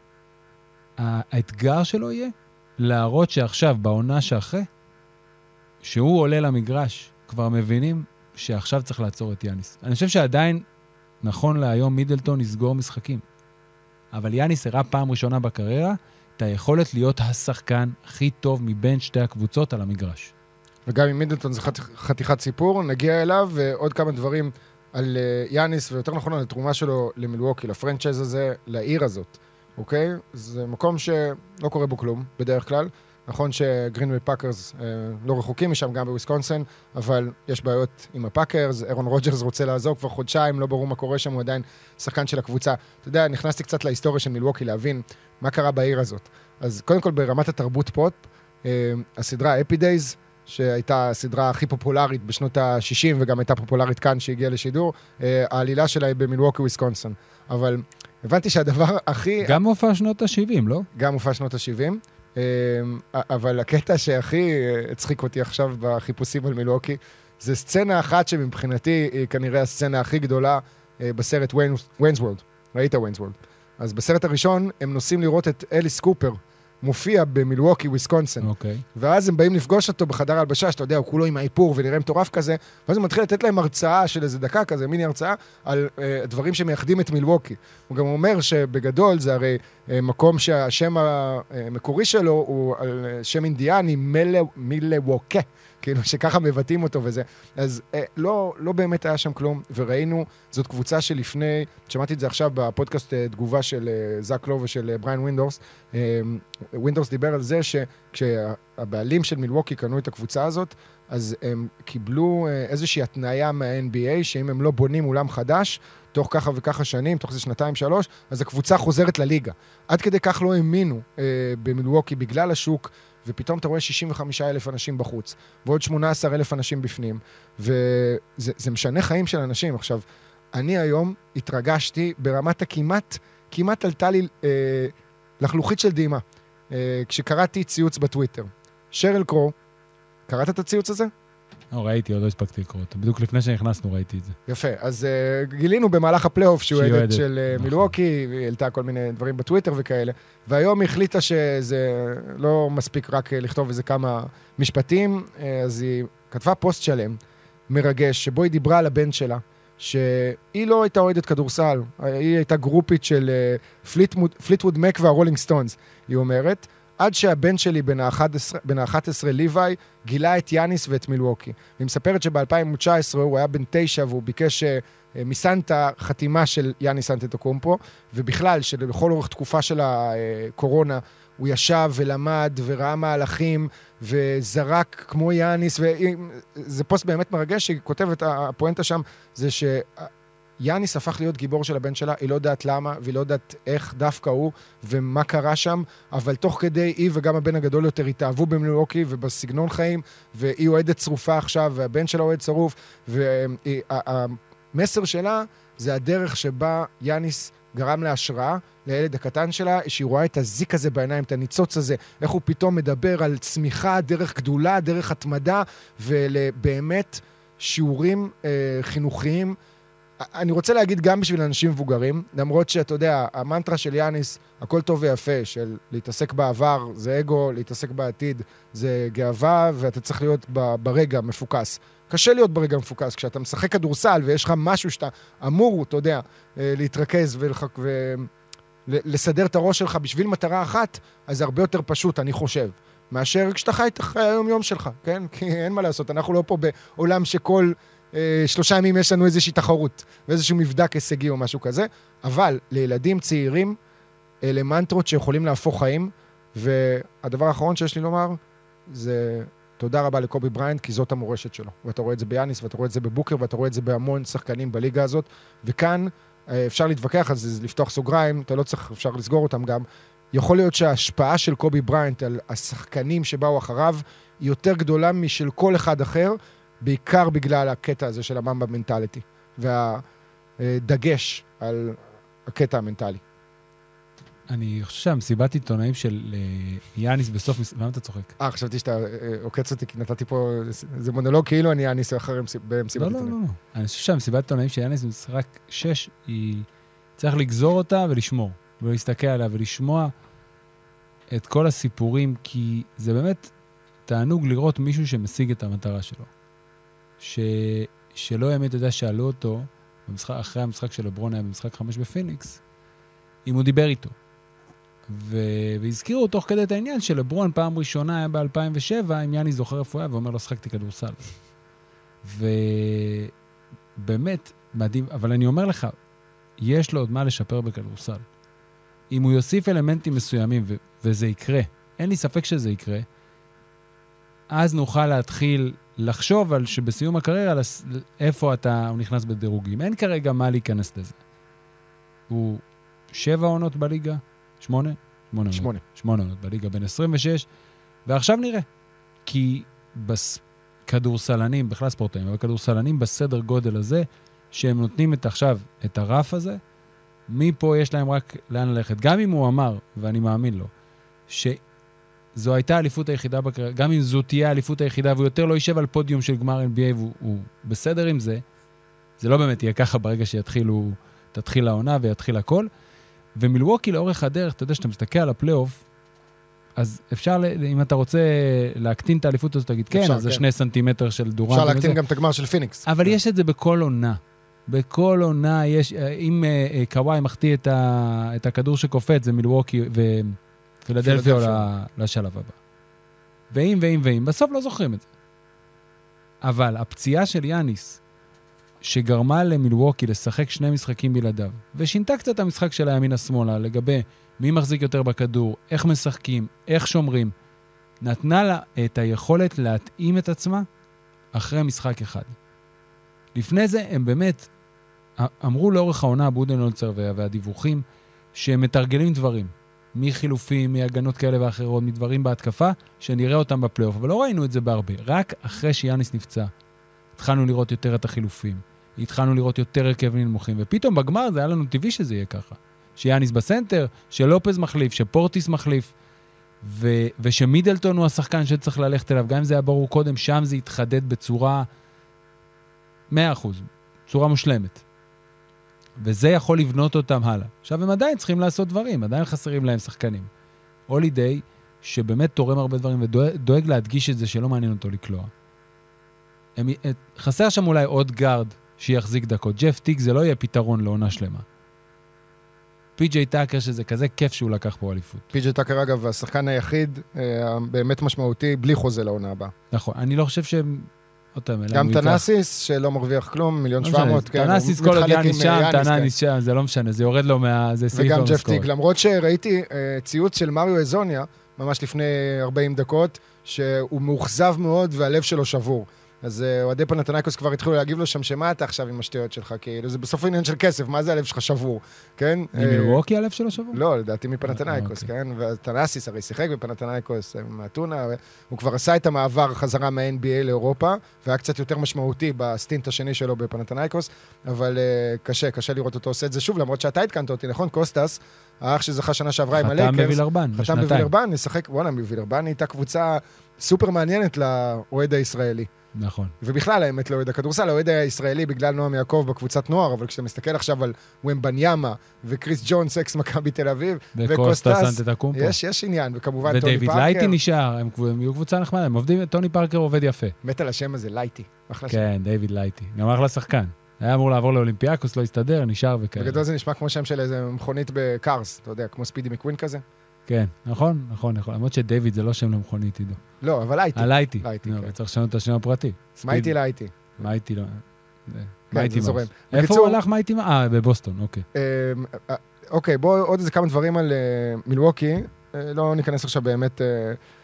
האתגר שלו יהיה להראות שעכשיו, בעונה שאחרי, שהוא עולה למגרש, כבר מבינים שעכשיו צריך לעצור את יאניס. אני חושב שעדיין, נכון להיום, מידלטון יסגור משחקים. אבל יאניס הראה פעם ראשונה בקריירה, את היכולת להיות השחקן הכי טוב מבין שתי הקבוצות על המגרש. וגם עם מידלטון זה חתיכת סיפור, נגיע אליו, ועוד כמה דברים על יאניס, ויותר נכון על התרומה שלו למילווקי, לפרנצ'ייז הזה, לעיר הזאת, אוקיי? זה מקום שלא קורה בו כלום, בדרך כלל. נכון שגרינווי פאקרס אה, לא רחוקים משם, גם בוויסקונסין, אבל יש בעיות עם הפאקרס, אירון רוג'רס רוצה לעזור כבר חודשיים, לא ברור מה קורה שם, הוא עדיין שחקן של הקבוצה. אתה יודע, נכנסתי קצת להיסטוריה של מילווקי להבין מה קרה בעיר הזאת. אז קודם כל ברמת התרבות פופ, אה, הסדרה אפי דייז, שהייתה הסדרה הכי פופולרית בשנות ה-שישים, וגם הייתה פופולרית כאן שהגיעה לשידור, אה, העלילה שלה היא במילווקי, וויסקונסין. אבל הבנתי שהדבר הכי... גם מופע שנות ה-שבעים, לא? גם מופע שנות ה-שבעים. אבל הקטע שהכי הצחיק אותי עכשיו בחיפושים על מילווקי, זה סצנה אחת שמבחינתי היא כנראה הסצנה הכי גדולה בסרט וויינס וורלד. ראית וויינס וורלד? אז בסרט הראשון הם נוסעים לראות את אליס קופר, מופיע במילווקי, וויסקונסין. אוקיי. ואז הם באים לפגוש אותו בחדר הלבשה, שאתה יודע, הוא כולו עם האיפור ונראה מטורף כזה, ואז הוא מתחיל לתת להם הרצאה של איזה דקה כזה, מיני הרצאה, על uh, דברים שמייחדים את מילווקי. הוא גם אומר שבגדול זה הרי uh, מקום שהשם המקורי שלו הוא על uh, שם אינדיאני, מילווקה, כאילו שככה מבטאים אותו וזה. אז uh, לא, לא באמת היה שם כלום, וראינו, זאת קבוצה שלפני, שמעתי את זה עכשיו בפודקאסט uh, תגובה של uh, זק לו ושל uh, בריין ווינדורס, uh, ווינדורס דיבר על זה שכשהבעלים של מילווקי קנו את הקבוצה הזאת, אז הם קיבלו איזושהי התניה מה-אן בי איי, שאם הם לא בונים אולם חדש, תוך ככה וככה שנים, תוך זה שנתיים שלוש, אז הקבוצה חוזרת לליגה. עד כדי כך לא האמינו אה, במילווקי בגלל השוק, ופתאום אתה רואה שישים וחמישה אלף אנשים בחוץ, ועוד שמונה עשר אלף אנשים בפנים, וזה זה משנה חיים של אנשים. עכשיו, אני היום התרגשתי ברמת הכמעט, כמעט עלתה לי אה, לחלוכית של דהימה. כשקראתי ציוץ בטוויטר. שרל קרו, קראת את הציוץ הזה? לא, ראיתי, עוד לא הספקתי לקרוא אותו. בדיוק לפני שנכנסנו ראיתי את זה. יפה, אז uh, גילינו במהלך הפלייאוף שהוא עדת של uh, מילווקי, היא העלתה כל מיני דברים בטוויטר וכאלה, והיום היא החליטה שזה לא מספיק רק לכתוב איזה כמה משפטים, אז היא כתבה פוסט שלם, מרגש, שבו היא דיברה על הבן שלה, שהיא לא הייתה אוהדת כדורסל, היא הייתה גרופית של פליטווד מק והרולינג סטונס, היא אומרת, עד שהבן שלי בן ה-אחת עשרה ליוואי גילה את יאניס ואת מילווקי. היא מספרת שב-אלפיים תשע עשרה הוא היה בן תשע והוא ביקש מסנטה חתימה של יאניס אנטטוקומפו, ובכלל שלכל אורך תקופה של הקורונה הוא ישב ולמד וראה מהלכים וזרק כמו יאניס, וזה פוסט באמת מרגש, שהיא כותבת, הפואנטה שם זה שיאניס הפך להיות גיבור של הבן שלה, היא לא יודעת למה והיא לא יודעת איך דווקא הוא ומה קרה שם, אבל תוך כדי היא וגם הבן הגדול יותר התאהבו במילווקי ובסגנון חיים, והיא אוהדת צרופה עכשיו והבן שלה אוהד צרוף, והמסר שלה זה הדרך שבה יאניס גרם להשראה לילד הקטן שלה, שהיא רואה את הזיק הזה בעיניים, את הניצוץ הזה, איך הוא פתאום מדבר על צמיחה, דרך גדולה, דרך התמדה, ולבאמת שיעורים אה, חינוכיים. אני רוצה להגיד גם בשביל אנשים מבוגרים, למרות שאתה יודע, המנטרה של יאניס, הכל טוב ויפה, של להתעסק בעבר זה אגו, להתעסק בעתיד זה גאווה, ואתה צריך להיות ברגע מפוקס. קשה להיות ברגע מפוקס, כשאתה משחק כדורסל ויש לך משהו שאתה אמור, אתה יודע, להתרכז ולסדר את הראש שלך בשביל מטרה אחת, אז זה הרבה יותר פשוט, אני חושב, מאשר כשאתה חי את היום יום שלך, כן? כי אין מה לעשות, אנחנו לא פה בעולם שכל שלושה ימים יש לנו איזושהי תחרות, ואיזשהו מבדק הישגי או משהו כזה, אבל לילדים צעירים, אלה מנטרות שיכולים להפוך חיים, והדבר האחרון שיש לי לומר, זה תודה רבה לקובי בריינט, כי זאת המורשת שלו. ואתה רואה את זה ביאניס, ואתה רואה את זה בבוקר, ואתה רואה את זה בהמון שחקנים בליגה הזאת, וכאן אפשר להתווכח על זה, לפתוח סוגריים, אתה לא צריך, אפשר לסגור אותם גם. יכול להיות שההשפעה של קובי בריינט על השחקנים שבאו אחריו, היא יותר גדולה משל כל אחד אחר, בעיקר בגלל הקטע הזה של הממבה מנטליטי, והדגש על הקטע המנטלי. אני חושב שהמסיבת עיתונאים של יאניס בסוף, למה אתה צוחק? אה, חשבתי שאתה עוקץ אותי, כי נתתי פה, זה מונולוג כאילו אני יאניס אחרי במסיבת לא, עיתונאים. לא, לא, לא. אני חושב שהמסיבת עיתונאים של יאניס במשחק שש, היא צריך לגזור אותה ולשמור, ולהסתכל עליה ולשמוע את כל הסיפורים, כי זה באמת תענוג לראות מישהו שמשיג את המטרה שלו. ש... שלא יאמת, אתה יודע, שאלו אותו, במשחק, אחרי המשחק של לברון היה במשחק חמש בפיניקס, אם הוא דיבר איתו. ו... והזכירו תוך כדי את העניין של לברון פעם ראשונה היה ב-אלפיים ושבע, אם יאני זוכר איפה הוא היה, ואומר לו, שחקתי כדורסל. ובאמת, מדהים, אבל אני אומר לך, יש לו עוד מה לשפר בכדורסל. אם הוא יוסיף אלמנטים מסוימים, ו... וזה יקרה, אין לי ספק שזה יקרה, אז נוכל להתחיל לחשוב על שבסיום הקריירה, איפה אתה, הוא נכנס בדירוגים. אין כרגע מה להיכנס לזה. הוא שבע עונות בליגה, שמונה? שמונה. שמונה. שמונה עונות בליגה, בין עשרים ושש, ועכשיו נראה. כי בכדורסלנים, בכלל ספורטאים, אבל כדורסלנים בסדר גודל הזה, שהם נותנים את עכשיו, את הרף הזה, מפה יש להם רק לאן ללכת. גם אם הוא אמר, ואני מאמין לו, שזו הייתה האליפות היחידה בקריירה, גם אם זו תהיה האליפות היחידה, והוא יותר לא יישב על פודיום של גמר אן בי איי, והוא הוא בסדר עם זה, זה לא באמת יהיה ככה ברגע שיתחילו, תתחיל העונה ויתחיל הכל. ומילווקי לאורך הדרך, אתה יודע שאתה מסתכל על הפלייאוף, אז אפשר, אם אתה רוצה להקטין את האליפות הזאת, תגיד כן, אז זה שני סנטימטר של דורנט. אפשר להקטין גם את הגמר של פיניקס. אבל יש את זה בכל עונה. בכל עונה יש, אם קוואי מחטיא את הכדור שקופץ, זה מילווקי ופילדלפיה לשלב הבא. ואם ואם ואם, בסוף לא זוכרים את זה. אבל הפציעה של יאניס, שגרמה למילווקי לשחק שני משחקים בלעדיו, ושינתה קצת המשחק של הימין השמאלה, לגבי מי מחזיק יותר בכדור, איך משחקים, איך שומרים, נתנה לה את היכולת להתאים את עצמה אחרי משחק אחד. לפני זה הם באמת אמרו לאורך העונה, בודנהולצר והדיווחים, שהם מתרגלים דברים, מחילופים, מהגנות כאלה ואחרות, מדברים בהתקפה, שנראה אותם בפלייאוף, אבל לא ראינו את זה בהרבה. רק אחרי שיאניס נפצע, התחלנו לראות יותר את החילופים, התחלנו לראות יותר הרכבים נמוכים, ופתאום בגמר זה היה לנו טבעי שזה יהיה ככה. שיאניס בסנטר, שלופז מחליף, שפורטיס מחליף, ו- ושמידלטון הוא השחקן שצריך ללכת אליו, גם אם זה היה ברור קודם, שם זה התחדד בצורה מאה אחוז, בצורה מושלמת. וזה יכול לבנות אותם הלאה. עכשיו הם עדיין צריכים לעשות דברים, עדיין חסרים להם שחקנים. הולידיי, שבאמת תורם הרבה דברים, ודואג להדגיש את זה שלא מעניין אותו לקלוע. הם, חסר שם אולי עוד גארד שיחזיק דקות. ג'ף טיק זה לא יהיה פתרון לעונה שלמה. פי.ג'יי טאקר, שזה כזה כיף שהוא לקח פה אליפות. פי.ג'יי טאקר, אגב, השחקן היחיד, באמת משמעותי, בלי חוזה לעונה הבאה. נכון, אני לא חושב שהם... גם תנאסיס, שלא מרוויח כלום, מיליון שבע מאות, תנאסיס כל עוד יאניס שם, תנאסיס שם, זה לא משנה, זה יורד לו מה... וגם ג'ף טיק, למרות שראיתי ציוץ של מריו אזוניה, ממש לפני ארבעים דקות, שהוא מאוכזב מאוד והלב שלו שבור. אז אוהדי פנתנייקוס כבר התחילו להגיב לו שם, שמה אתה עכשיו עם השטויות שלך? כאילו, זה בסוף עניין של כסף, מה זה הלב שלך שבור? כן? ממילווקי הלב שלו שבור? לא, לדעתי מפנתנייקוס, כן? ותנאסיס הרי שיחק בפנתנייקוס מאתונה, הוא כבר עשה את המעבר חזרה מה-אן בי איי לאירופה, והיה קצת יותר משמעותי בסטינט השני שלו בפנתנייקוס, אבל קשה, קשה לראות אותו עושה את זה שוב, למרות שאתה התקנת אותי, נכון? קוסטס, האח שזכה שנה שעברה עם הלייקרס. חתם בווילרבן, חתם בווילרבן, נשחק, וואלה, בווילרבן הייתה קבוצה סופר מעניינת לאוהד הישראלי. נכון. ובכלל, האמת, לאוהד הכדורסל, האוהד הישראלי בגלל נועם יעקב בקבוצת נוער, אבל כשאתה מסתכל עכשיו על ומבניאמה וקריס ג'ונס, אקס מכבי תל אביב, וקוסטס, יש, יש עניין, וכמובן טוני פארקר. ודייוויד לייטי נשאר, הם יהיו קבוצה נחמדה, הם עובדים, טוני פארקר עובד יפה. מת על השם הזה, לייטי. כן, דיוויד לייטי. גם אחלה שחקן. היה אמור לעבור לאולימפיאקוס, לא הסתדר, נשאר וכאלה. בגדול זה נשמע כמו שם של איזה מכונית בקארס, אתה יודע, כמו ספידי מקווין כזה. כן, נכון, נכון, נכון. למרות שדיוויד זה לא שם למכונית, עידו. לא, אבל לייטי. הלייטי. צריך לשנות את השם הפרטי. מייטי לייטי. מייטי לא... מייטי זורם. איפה הוא הלך מייטי? אה, בבוסטון, אוקיי. אוקיי, בואו עוד איזה כמה דברים על מילווקי. לא ניכנס עכשיו באמת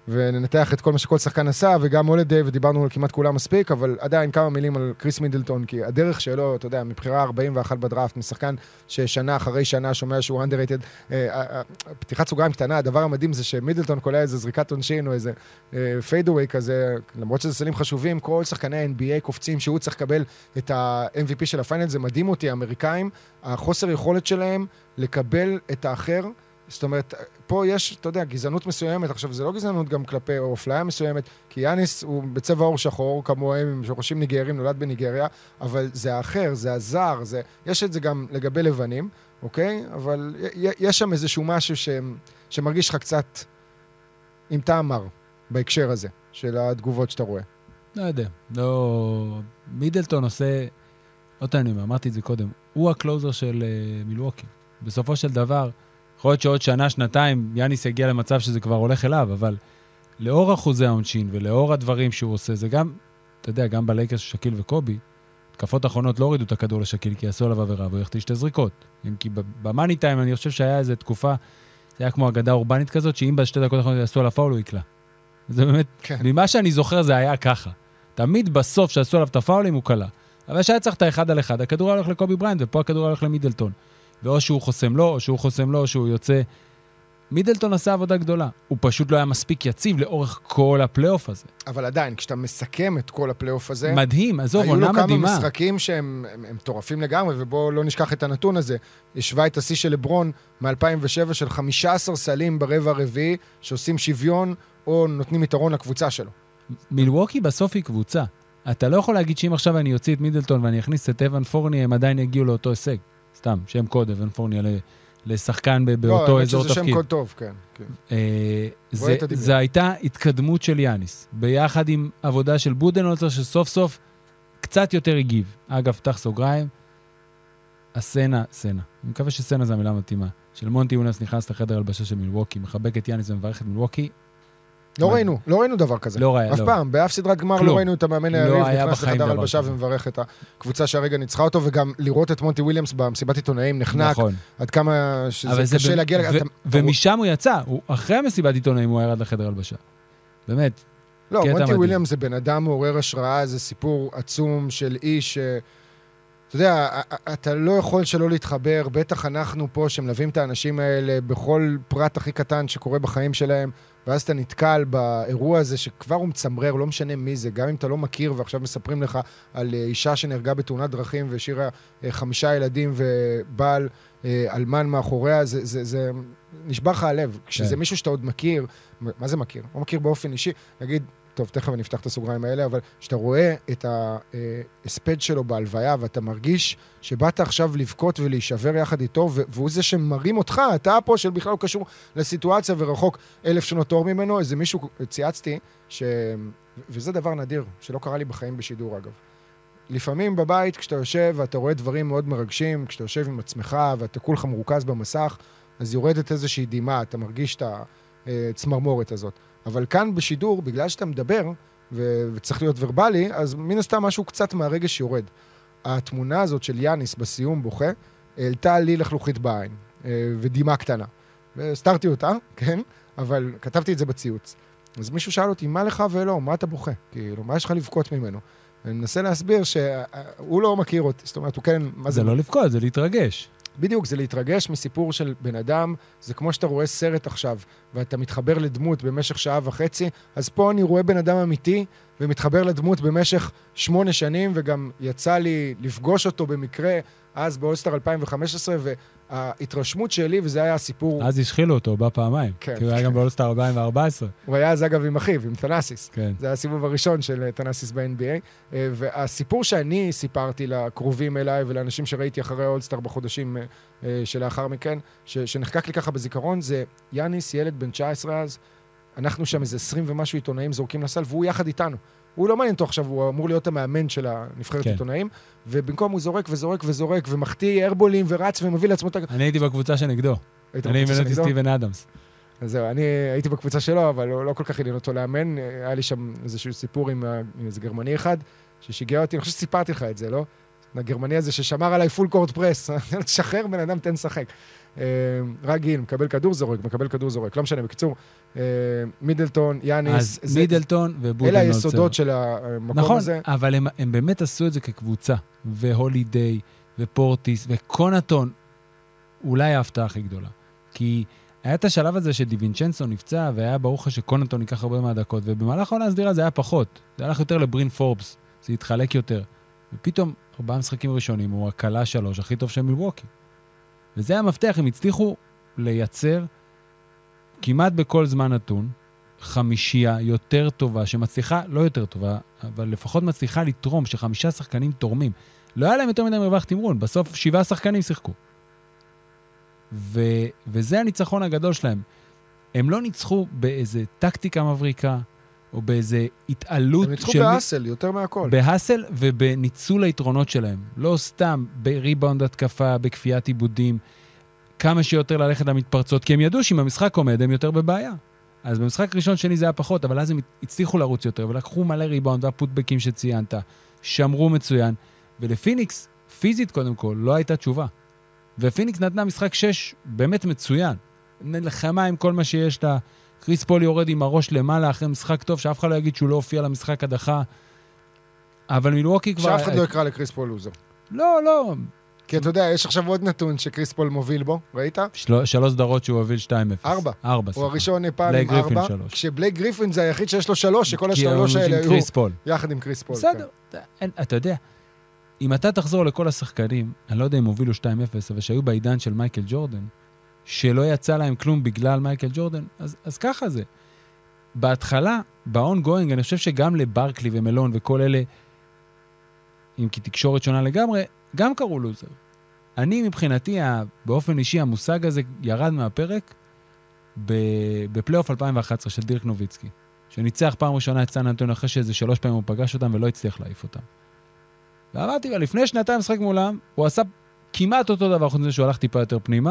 וננתח את כל מה שכל שחקן עשה, וגם הולדיי, ודיברנו על כמעט כולם מספיק, אבל עדיין כמה מילים על קריס מידלטון, כי הדרך שלו, אתה יודע, מבחירה ארבעים ואחת בדראפט, משחקן ששנה אחרי שנה שומע שהוא underrated, פתיחת סוגריים קטנה, הדבר המדהים זה שמידלטון קולע איזה זריקת עונשין, או איזה פיידווי כזה, למרות שזה סלים חשובים, כל שחקני ה-אן בי איי קופצים שהוא צריך לקבל את ה-אם וי פי של הפיינל, זה מדהים אותי, האמריקאים, החוסר יכולת שלהם לקבל את האחר, זאת אומרת, פה יש, אתה יודע, גזענות מסוימת, עכשיו זה לא גזענות גם כלפי, או אפליה מסוימת, כי יאניס הוא בצבע אור שחור, כמוהם, עם שורשים ניגרים, נולד בניגריה, אבל זה האחר, זה הזר, זה, יש את זה גם לגבי לבנים, אוקיי? אבל יש שם איזשהו משהו ש, שמרגיש לך קצת עם טעם מר, בהקשר הזה, של התגובות שאתה רואה. לא יודע, לא... מידלטון עושה, לא תענים, אמרתי את זה קודם, הוא הקלוזר של uh, מילווקי. בסופו של דבר, יכול להיות שעוד שנה, שנתיים, יאניס יגיע למצב שזה כבר הולך אליו, אבל לאור אחוזי העונשין ולאור הדברים שהוא עושה, זה גם, אתה יודע, גם בלייקרס של שקיל וקובי, תקפות האחרונות לא הורידו את הכדור לשקיל, כי עשו עליו עבירה, והוא יחטיא שתי זריקות. אם כי במאני טיים, אני חושב שהיה איזו תקופה, זה היה כמו אגדה אורבנית כזאת, שאם בשתי דקות האחרונות יעשו עליו פאול, הוא יקלה. זה באמת, כן. ממה שאני זוכר זה היה ככה. תמיד בסוף שעשו עליו את הפאולים הוא קלה. אבל שהיה צריך את האחד על אחד, הכדור הולך לקובי בריינט, ופה הכדור הולך למידלטון. ואו שהוא חוסם לו, או שהוא חוסם לו, או שהוא יוצא. מידלטון עשה עבודה גדולה. הוא פשוט לא היה מספיק יציב לאורך כל הפלייאוף הזה. אבל עדיין, כשאתה מסכם את כל הפלייאוף הזה... מדהים, עזוב, עונה מדהימה. היו לו כמה משחקים שהם מטורפים לגמרי, ובואו לא נשכח את הנתון הזה. השווה את השיא של לברון מ-אלפיים ושבע של חמישה עשר סלים ברבע הרביעי, שעושים שוויון או נותנים יתרון לקבוצה שלו. מילווקי בסוף היא קבוצה. אתה לא יכול להגיד שאם עכשיו אני אוציא את מידלטון ואני אכניס את אבן פורני, הם עדיין יגיעו לאותו הישג. סתם, שם קוד, אבן פורני, לשחקן באותו אזור תפקיד. לא, שזה שם קוד טוב, כן. זה הייתה התקדמות של יאניס, ביחד עם עבודה של בודנהולצר, שסוף סוף קצת יותר הגיב. אגב, פתח סוגריים, הסצנה, סצנה, אני מקווה שסצנה זה המילה מתאימה, של מונטי יונס נכנס לחדר הלבשה של מילווקי, מחבק את יאניס ומברך את מילווקי. לא ראינו, לא ראינו דבר כזה. לא ראינו. אף פעם, באף סדרת גמר לא ראינו את המאמן היריב, נכנס לחדר הלבשה ומברך את הקבוצה שהרגע ניצחה אותו, וגם לראות את מונטי וויליאמס במסיבת עיתונאים נחנק, עד כמה שזה קשה להגיע... ומשם הוא יצא, אחרי המסיבת עיתונאים הוא ירד לחדר הלבשה. באמת. לא, מונטי וויליאמס זה בן אדם מעורר השראה, זה סיפור עצום של איש... אתה יודע, אתה לא יכול שלא להתחבר, בטח אנחנו פה שמלווים את האנשים האלה בכל פרט הכי קטן שקורה בחיים שלהם, ואז אתה נתקל באירוע הזה שכבר הוא מצמרר, לא משנה מי זה, גם אם אתה לא מכיר ועכשיו מספרים לך על אישה שנהרגה בתאונת דרכים והשאירה חמישה ילדים ובעל אלמן מאחוריה, זה, זה, זה נשבר לך הלב. כשזה מישהו שאתה עוד מכיר, מה זה מכיר? הוא מכיר באופן אישי, נגיד, טוב, תכף אני אפתח את הסוגריים האלה, אבל שאתה רואה את ההספד שלו בהלוויה, ואתה מרגיש שבאת עכשיו לבכות ולהישבר יחד איתו, והוא זה שמרים אותך, אתה פה של בכלל לא קשור לסיטואציה ורחוק אלף שנות אור ממנו, איזה מישהו צייצתי, ש... וזה דבר נדיר, שלא קרה לי בחיים בשידור אגב. לפעמים בבית, כשאתה יושב ואתה רואה דברים מאוד מרגשים, כשאתה יושב עם עצמך ואתה כולך מרוכז במסך, אז יורדת איזושהי דימה, אתה מרגיש את הצמרמורת הזאת. אבל כאן בשידור, בגלל שאתה מדבר, ו- וצריך להיות ורבלי, אז מן הסתם משהו קצת מהרגש יורד. התמונה הזאת של יאניס בסיום בוכה, העלתה לי לחלוכית בעין, ודימה קטנה. וסתרתי אותה, כן? אבל כתבתי את זה בציוץ. אז מישהו שאל אותי, מה לך ולא? מה אתה בוכה? כאילו, מה יש לך לבכות ממנו? אני מנסה להסביר שהוא לא מכיר אותי. זאת אומרת, הוא כן... זה, זה לא לבכות, זה להתרגש. בדיוק, זה להתרגש מסיפור של בן אדם, זה כמו שאתה רואה סרט עכשיו, ואתה מתחבר לדמות במשך שעה וחצי, אז פה אני רואה בן אדם אמיתי, ומתחבר לדמות במשך שמונה שנים, וגם יצא לי לפגוש אותו במקרה, אז באולסטר אלפיים וחמש עשרה, וההתרשמות שלי, וזה היה הסיפור... אז השחילו אותו, בא פעמיים, כן, כי הוא היה גם באולסטר אלפיים וארבע עשרה. הוא היה אז אגב עם אחיו, עם תנאסיס. כן. זה היה הסיבוב הראשון של תנאסיס ב-אן בי איי, והסיפור שאני סיפרתי לקרובים אליי, ולאנשים שראיתי אחרי האולסטר בחודשים שלאחר מכן, שנחקק לי ככה בזיכרון, זה יאניס, ילד בן תשע עשרה אז, אנחנו שם איזה עשרים ומשהו עיתונאים זורקים לסל, והוא יחד איתנו. הוא לא מעניין אותו עכשיו, הוא אמור להיות המאמן של הנבחרת כן. עיתונאים, ובמקום הוא זורק וזורק וזורק, ומחטיא ארבולים ורץ ומביא לעצמו... אני הייתי בקבוצה שנגדו. אני אימנתי סטיבן אדמס. אז זהו, אני הייתי בקבוצה שלו, אבל לא, לא כל כך עניין אותו לאמן. היה לי שם איזשהו סיפור עם, עם איזה גרמני אחד, ששיגע אותי, אני חושב שסיפרתי לך את זה, לא? הגרמני הזה ששמר עליי פול קורט פרס, תשחרר בן אדם, תן שחק. רגיל, מקבל כדור זורק, מקבל כדור זורק, לא משנה, בקיצור, מידלטון, יאניס, אז מידלטון ובודנולצר. אלה היסודות של המקום נכון, הזה. נכון, אבל הם, הם באמת עשו את זה כקבוצה, והולידיי, ופורטיס, וקונטון, אולי ההפתעה הכי גדולה. כי היה את השלב הזה שדיווינצ'נסו נפצע, והיה ברור לך שקונטון ייקח הרבה מהדקות, ובמהלך העונה הסדירה זה היה פחות. זה הלך יותר לברין פורבס, זה התחלק יותר. ופתאום, ארבעה משחקים ראשונים, הוא הקלה שלוש, הכי טוב של מילווקי. וזה המפתח, הם הצליחו לייצר כמעט בכל זמן נתון, חמישייה יותר טובה, שמצליחה, לא יותר טובה, אבל לפחות מצליחה לתרום, שחמישה שחקנים תורמים. לא היה להם יותר מדי מרווח תמרון, בסוף שבעה שחקנים שיחקו. ו... וזה הניצחון הגדול שלהם. הם לא ניצחו באיזה טקטיקה מבריקה, או באיזה התעלות... הם ניצחו של... בהסל, יותר מהכל. בהסל ובניצול היתרונות שלהם. לא סתם בריבאונד התקפה, בכפיית עיבודים, כמה שיותר ללכת למתפרצות, כי הם ידעו שאם המשחק עומד, הם יותר בבעיה. אז במשחק ראשון שני זה היה פחות, אבל אז הם הצליחו לרוץ יותר, ולקחו מלא ריבאונד והפוטבקים שציינת, שמרו מצוין, ולפיניקס, פיזית קודם כל, לא הייתה תשובה. ופיניקס נתנה משחק שש באמת מצוין. נלחמה עם כל מה שיש לה, קריס פול יורד עם הראש למעלה אחרי משחק טוב, שאף אחד לא יגיד שהוא לא הופיע למשחק הדחה. אבל מילווקי כבר... שאף אחד לא יקרא לקריס פול לוזר. לא, לא. כי אתה יודע, יש עכשיו עוד נתון שקריס פול מוביל בו, ראית? של... שלוש סדרות שהוא הוביל שתיים אפס. ארבע. ארבע, הוא הראשון פעם עם ארבע. כשבלייק גריפין זה היחיד שיש לו שלוש, שכל השלוש האלה היו... קריס פול. יחד עם קריס פול. בסדר. כן. אתה יודע, אם אתה תחזור לכל השחקנים, אני לא יודע אם הובילו שתיים אפס, אבל שהיו בעידן של מייקל ג'ורדן, שלא יצא להם כלום בגלל מייקל ג'ורדן, אז, אז ככה זה. בהתחלה, ב-ongoing, אני חושב שגם לברקלי ומלון וכל אלה, אם כי תקשורת שונה לגמרי, גם קראו לוזר. אני מבחינתי, באופן אישי, המושג הזה ירד מהפרק בפלייאוף אלפיים ואחת עשרה של דירק נוביצקי, שניצח פעם ראשונה את סן אנטוניו אחרי שאיזה שלוש פעמים הוא פגש אותם ולא הצליח להעיף אותם. ואמרתי, לפני שנתיים משחק מולם, הוא עשה כמעט אותו דבר, חוץ מזה שהוא הלך טיפה יותר פנימה.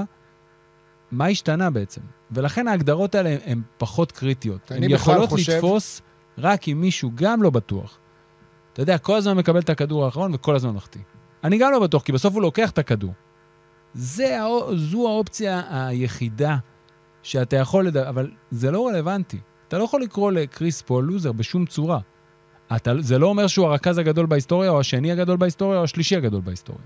מה השתנה בעצם? ולכן ההגדרות האלה הן פחות קריטיות. הן יכולות חושב... לתפוס רק אם מישהו גם לא בטוח. אתה יודע, כל הזמן מקבל את הכדור האחרון וכל הזמן מחטיא. אני גם לא בטוח, כי בסוף הוא לוקח את הכדור. זה, זו האופציה היחידה שאתה יכול לדבר, אבל זה לא רלוונטי. אתה לא יכול לקרוא לקריס פול לוזר בשום צורה. אתה, זה לא אומר שהוא הרכז הגדול בהיסטוריה, או השני הגדול בהיסטוריה, או השלישי הגדול בהיסטוריה.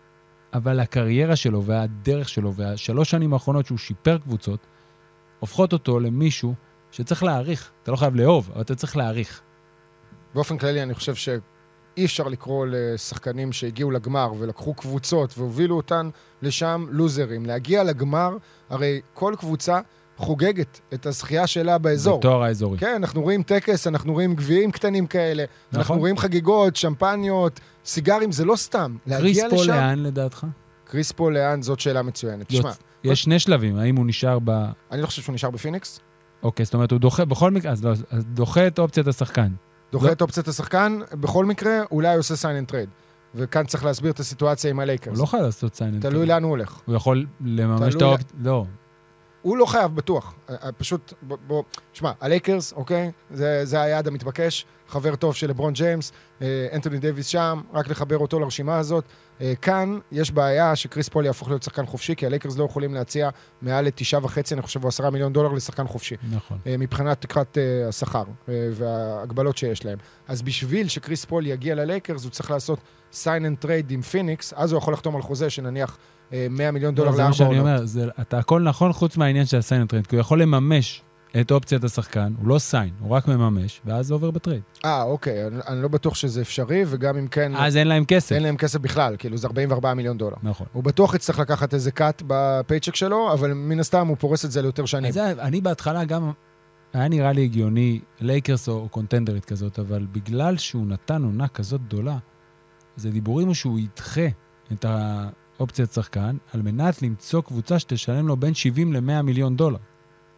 אבל הקריירה שלו והדרך שלו והשלוש שנים האחרונות שהוא שיפר קבוצות, הופכות אותו למישהו שצריך להעריך. אתה לא חייב לאהוב, אבל אתה צריך להעריך. באופן כללי אני חושב שאי אפשר לקרוא לשחקנים שהגיעו לגמר ולקחו קבוצות והובילו אותן לשם לוזרים. להגיע לגמר, הרי כל קבוצה חוגגת את הזכייה שלה באזור. בתואר האזורי. כן, אנחנו רואים טקס, אנחנו רואים גביעים קטנים כאלה, נכון. אנחנו רואים חגיגות, שמפניות, סיגרים, זה לא סתם. קריס פול לאן לדעתך? קריס פול לאן, זאת שאלה מצוינת. תשמע. יש שני שלבים, האם הוא נשאר ב... אני לא חושב שהוא נשאר בפיניקס. אוקיי, זאת אומרת, הוא דוחה, בכל מקרה, אז, לא, אז דוחה את אופציית השחקן. דוחה לא? את אופציית השחקן, בכל מקרה, אולי הוא עושה סיין אנד טרייד. וכאן צריך להסביר את הסיטואציה עם הלייקרס. הוא לא חייב לעשות סיין אנד טרייד. תלוי לאן הוא הולך. הוא יכול לממש את האופציה... לא. הוא לא חייב, בטוח. פשוט, בוא, בוא, שמה, הלייקרס, אוקיי? זה, זה היעד המתבקש. חבר טוב של לברון ג'יימס, אנתוני דייביס שם, רק לחבר אותו לרשימה הזאת. כאן יש בעיה שקריס פול יהפוך להיות שחקן חופשי, כי הלייקרס לא יכולים להציע מעל לתשעה וחצי, אני חושב, או עשרה מיליון דולר לשחקן חופשי. נכון. מבחינת תקרת השכר וההגבלות שיש להם. אז בשביל שקריס פול יגיע ללייקרס, הוא צריך לעשות sign and trade עם פיניקס, אז הוא יכול לחתום על חוזה שנניח מאה מיליון דולר לארבע עונות. זה מה שאני אומר, זה, אתה הכל נכון חוץ מהעניין של הסיין וטרייד, כי הוא יכול לממש את אופציית השחקן, הוא לא סיין, הוא רק מממש, ואז זה עובר בטרייד. אה, אוקיי, אני, אני לא בטוח שזה אפשרי, וגם אם כן... אז אין להם כסף. אין להם כסף בכלל, כאילו זה ארבעים וארבעה מיליון דולר. נכון. הוא בטוח יצטרך לקחת איזה קאט בפייצ'ק שלו, אבל מן הסתם הוא פורס את זה ליותר שנים. אז אני בהתחלה גם, היה נראה לי הגיוני, לייקרס או קונטנדרית כזאת, אבל בגלל שהוא נתן עונה כזאת גדולה, זה דיבורים הוא שהוא ידחה את האופציית שחקן, על מנת למצוא קבוצה שתשלם לו בין שבעים למאה מיליון דולר.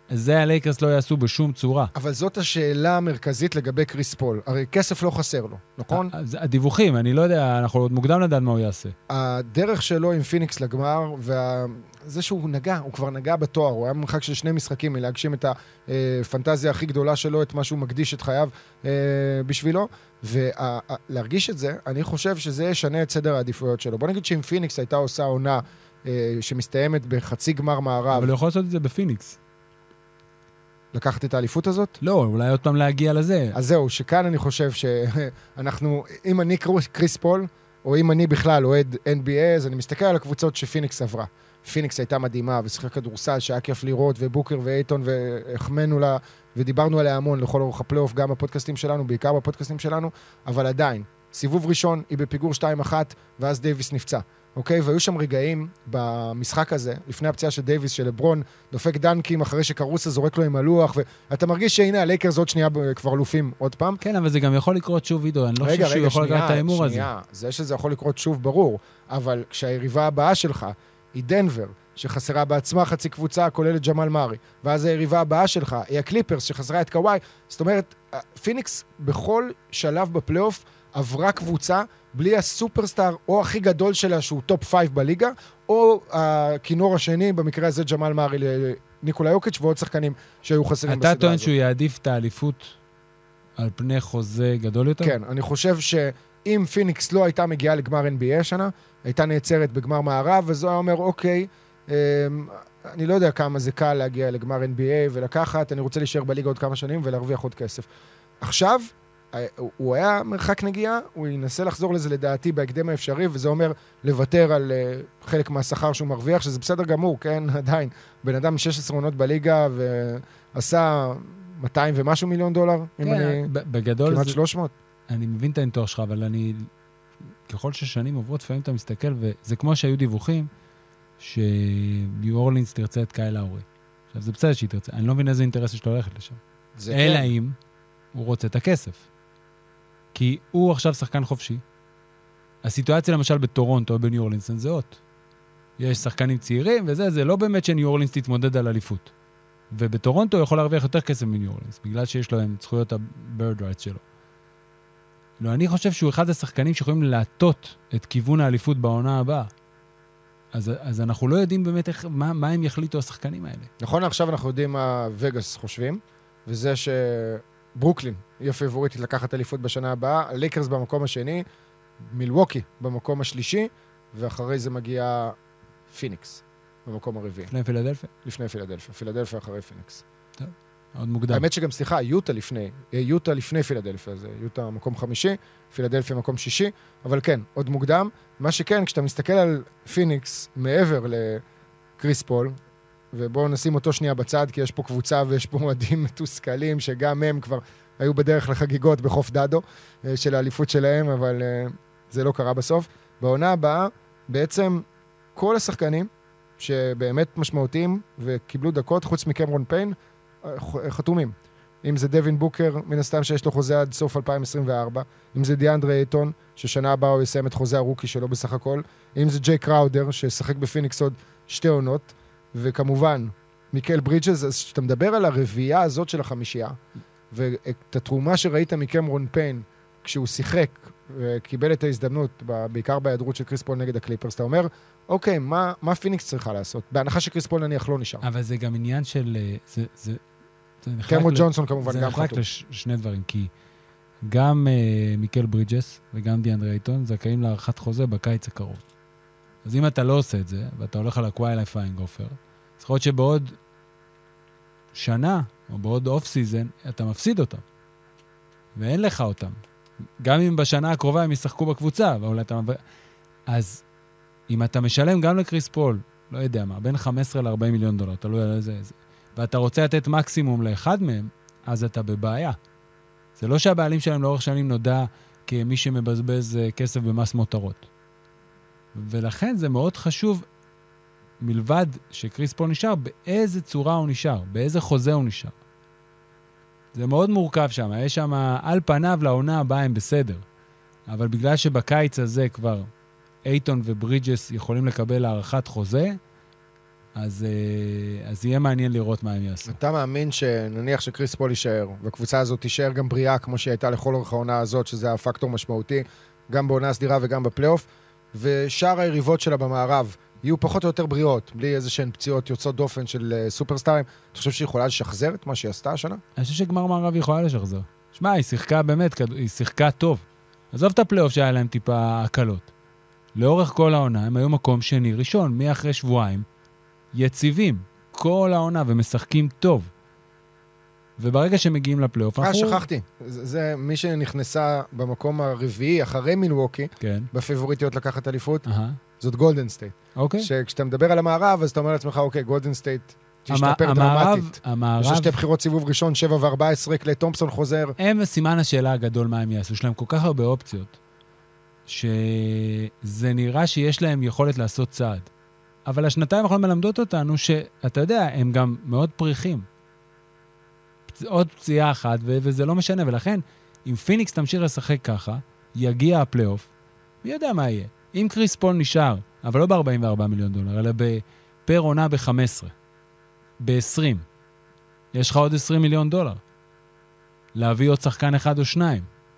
זה הלייקרס לא יעשו בשום צורה. אבל זאת השאלה המרכזית לגבי קריס פול. הרי כסף לא חסר לו, נכון? הדיווחים, אני לא יודע, אנחנו עוד מוקדם לדעת מה הוא יעשה. הדרך שלו עם פיניקס לגמר, וזה שהוא נגע, הוא כבר נגע בתואר, הוא היה מרחק של שני משחקים מלהגשים את הפנטזיה הכי גדולה שלו, את מה שהוא מקדיש את חייו בשבילו, ולהרגיש את זה, אני חושב שזה ישנה את סדר העדיפויות שלו. בוא נגיד שאם פיניקס הייתה עושה עונה שמסתיימת בחצי גמר מערב... אבל הוא יכול לעשות את זה בפיניקס. לקחת את האליפות הזאת? לא, אולי עוד פעם להגיע לזה. אז זהו, שכאן אני חושב שאנחנו, אם אני קריס פול, או אם אני בכלל אוהד אן בי איי, אז אני מסתכל על הקבוצות שפיניקס עברה. פיניקס הייתה מדהימה, ושיחקה כדורסל שהיה כיף לראות, ובוקר ואייטון, והחמנו לה, ודיברנו עליה המון לכל אורך הפלייאוף, גם בפודקאסטים שלנו, בעיקר בפודקאסטים שלנו, אבל עדיין, סיבוב ראשון היא בפיגור שתיים אחת, ואז דייביס נפצע. אוקיי? והיו שם רגעים במשחק הזה, לפני הפציעה של דייביס, של לברון, דופק דנקים אחרי שקרוסה זורק לו עם הלוח, ואתה מרגיש שהנה, הלייקרס עוד שנייה כבר אלופים עוד פעם. כן, אבל זה גם יכול לקרות שוב, עידו, אני לא חושב שהוא יכול לקראת את האימור הזה. שנייה, זה שזה יכול לקרות שוב ברור, אבל כשהיריבה הבאה שלך היא דנבר, שחסרה בעצמה חצי קבוצה, כוללת ג'מאל מארי, ואז היריבה הבאה שלך היא הקליפרס, שחסרה את קוואי, זאת אומרת, פיניקס בכל שלב בפלייאוף עברה קבוצה בלי הסופרסטאר או הכי גדול שלה שהוא טופ פייב בליגה, או הכינור השני, במקרה הזה ג'מאל מארי לניקולה יוקיץ' ועוד שחקנים שהיו חסרים בסדרה הזאת. אתה טוען שהוא יעדיף את האליפות על פני חוזה גדול יותר? כן, אני חושב שאם פיניקס לא הייתה מגיעה לגמר אן בי איי השנה, הייתה נעצרת בגמר מערב, וזו היה אומר, אוקיי, אני לא יודע כמה זה קל להגיע לגמר אן בי איי ולקחת, אני רוצה להישאר בליגה עוד כמה שנים ולהרוויח עוד כסף. עכשיו, הוא היה מרחק נגיעה, הוא ינסה לחזור לזה לדעתי בהקדם האפשרי, וזה אומר לוותר על חלק מהשכר שהוא מרוויח, שזה בסדר גמור, כן, עדיין. בן אדם שש עשרה עונות בליגה, ועשה מאתיים ומשהו מיליון דולר, אם אני... בגדול כמעט שלוש מאות. אני מבין את הניתוח שלך, אבל אני... ככל ששנים עוברות, לפעמים אתה מסתכל, וזה כמו שהיו דיווחים, שניו אורלינס תרצה את קייל לאורי. עכשיו, זה בסדר שהיא תרצה. אני לא מבין איזה אינטרס שאתה הולכת לשם. אלא אם הוא רוצה את הכסף. כי הוא עכשיו שחקן חופשי. הסיטואציה למשל בטורונטו או בניו אורלינס זה עוד. יש שחקנים צעירים וזה, זה לא באמת שניו אורלינס תתמודד על אליפות. ובטורונטו הוא יכול להרוויח יותר כסף מניו אורלינס, בגלל שיש לו את זכויות ה-bird rights שלו. לא, אני חושב שהוא אחד השחקנים שיכולים להטות את כיוון האליפות בעונה הבאה. אז, אז אנחנו לא יודעים באמת איך, מה, מה הם יחליטו השחקנים האלה. נכון, עכשיו אנחנו יודעים מה וגאס חושבים, וזה ש... ברוקלין היא הפייבוריטית לקחת אליפות בשנה הבאה, הלייקרס במקום השני, מילווקי במקום השלישי, ואחרי זה מגיע פיניקס במקום הרביעי. לפני פילדלפיה? לפני פילדלפיה. פילדלפיה אחרי פיניקס. טוב, עוד מוקדם. האמת שגם, סליחה, יוטה לפני, יוטה לפני פילדלפיה, זה יוטה מקום חמישי, פילדלפיה מקום שישי, אבל כן, עוד מוקדם. מה שכן, כשאתה מסתכל על פיניקס מעבר לקריס פול, ובואו נשים אותו שנייה בצד, כי יש פה קבוצה ויש פה מועדים מתוסכלים, שגם הם כבר היו בדרך לחגיגות בחוף דדו של האליפות שלהם, אבל זה לא קרה בסוף. בעונה הבאה, בעצם כל השחקנים שבאמת משמעותיים וקיבלו דקות, חוץ מקמרון פיין, חתומים. אם זה דווין בוקר, מן הסתם שיש לו חוזה עד סוף אלפיים עשרים וארבע, אם זה דיאנדרי אייטון, ששנה הבאה הוא יסיים את חוזה הרוקי שלו בסך הכל, אם זה ג'יי קראודר, ששחק בפיניקס עוד שתי עונות, וכמובן, מיקל ברידג'ס, אז שאתה מדבר על הרביעייה הזאת של החמישייה, ואת התרומה שראית מקמרון פיין, כשהוא שיחק וקיבל את ההזדמנות, בעיקר בהיעדרות של קריס פול נגד הקליפרס, אתה אומר, אוקיי, מה, מה פיניקס צריכה לעשות? בהנחה שקריס פול נניח לא נשאר. אבל זה גם עניין של... זה, זה, זה קמרון ג'ונסון כמובן גם חתום. זה נחלק לשני דברים, כי גם uh, מיקל ברידג'ס וגם דיאנדרי אייטון זכאים להארכת חוזה בקיץ הקרוב. אז אם אתה לא עושה את זה, ואתה הולך על הקוויליפיינג אופר, אז יכול להיות שבעוד שנה, או בעוד אוף סיזן, אתה מפסיד אותם. ואין לך אותם. גם אם בשנה הקרובה הם ישחקו בקבוצה, ואולי אתה... אז אם אתה משלם גם לקריס פול, לא יודע מה, בין חמישה עשר לארבעים מיליון דולר, תלוי על איזה, איזה, ואתה רוצה לתת מקסימום לאחד מהם, אז אתה בבעיה. זה לא שהבעלים שלהם לאורך שנים נודע כמי שמבזבז כסף במס מותרות. ולכן זה מאוד חשוב, מלבד שקריס פול נשאר, באיזה צורה הוא נשאר, באיזה חוזה הוא נשאר. זה מאוד מורכב שם, יש שם על פניו לעונה הבאה הם בסדר. אבל בגלל שבקיץ הזה כבר אייטון וברידג'ס יכולים לקבל הערכת חוזה, אז, אז יהיה מעניין לראות מה הם יעשו. אתה מאמין שנניח שקריס פול יישאר, והקבוצה הזאת תישאר גם בריאה, כמו שהיא הייתה לכל אורך העונה הזאת, שזה הפקטור משמעותי, גם בעונה הסדירה וגם בפלייאוף, ושאר היריבות שלה במערב יהיו פחות או יותר בריאות, בלי איזשהן פציעות יוצאות דופן של סופרסטארים. אתה חושב שהיא יכולה לשחזר את מה שהיא עשתה השנה? אני חושב שגמר מערב יכולה לשחזר. שמע, היא שיחקה באמת, היא שיחקה טוב. עזוב את הפלייאוף שהיה להם טיפה הקלות. לאורך כל העונה הם היו מקום שני ראשון, מאחרי שבועיים, יציבים, כל העונה, ומשחקים טוב. וברגע שמגיעים לפלייאוף, אה, שכחתי. זה, זה מי שנכנסה במקום הרביעי, אחרי מילווקי, כן. בפייבוריטיות לקחת אליפות, Aha. זאת גולדן סטייט. אוקיי. שכשאתה מדבר על המערב, אז אתה אומר לעצמך, אוקיי, גולדן סטייט תשתפר דרמטית. המערב... יש שתי בחירות סיבוב ראשון, שבע וארבע עשרה, קלי תומפסון חוזר. הם סימן השאלה הגדול מה הם יעשו. יש להם כל כך הרבה אופציות, שזה נראה שיש להם יכולת לעשות צעד. אבל השנתיים האחרונות מלמדות אותנו שאתה יודע, הם גם מאוד פריחים. עוד פציעה אחת, ו- וזה לא משנה. ולכן, אם פיניקס תמשיך לשחק ככה, יגיע הפלייאוף, מי יודע מה יהיה. אם קריס פול נשאר, אבל לא ב-ארבעים וארבעה מיליון דולר, אלא בפר עונה ב-חמש עשרה, ב-עשרים, יש לך עוד עשרים מיליון דולר. להביא עוד שחקן אחד או שניים.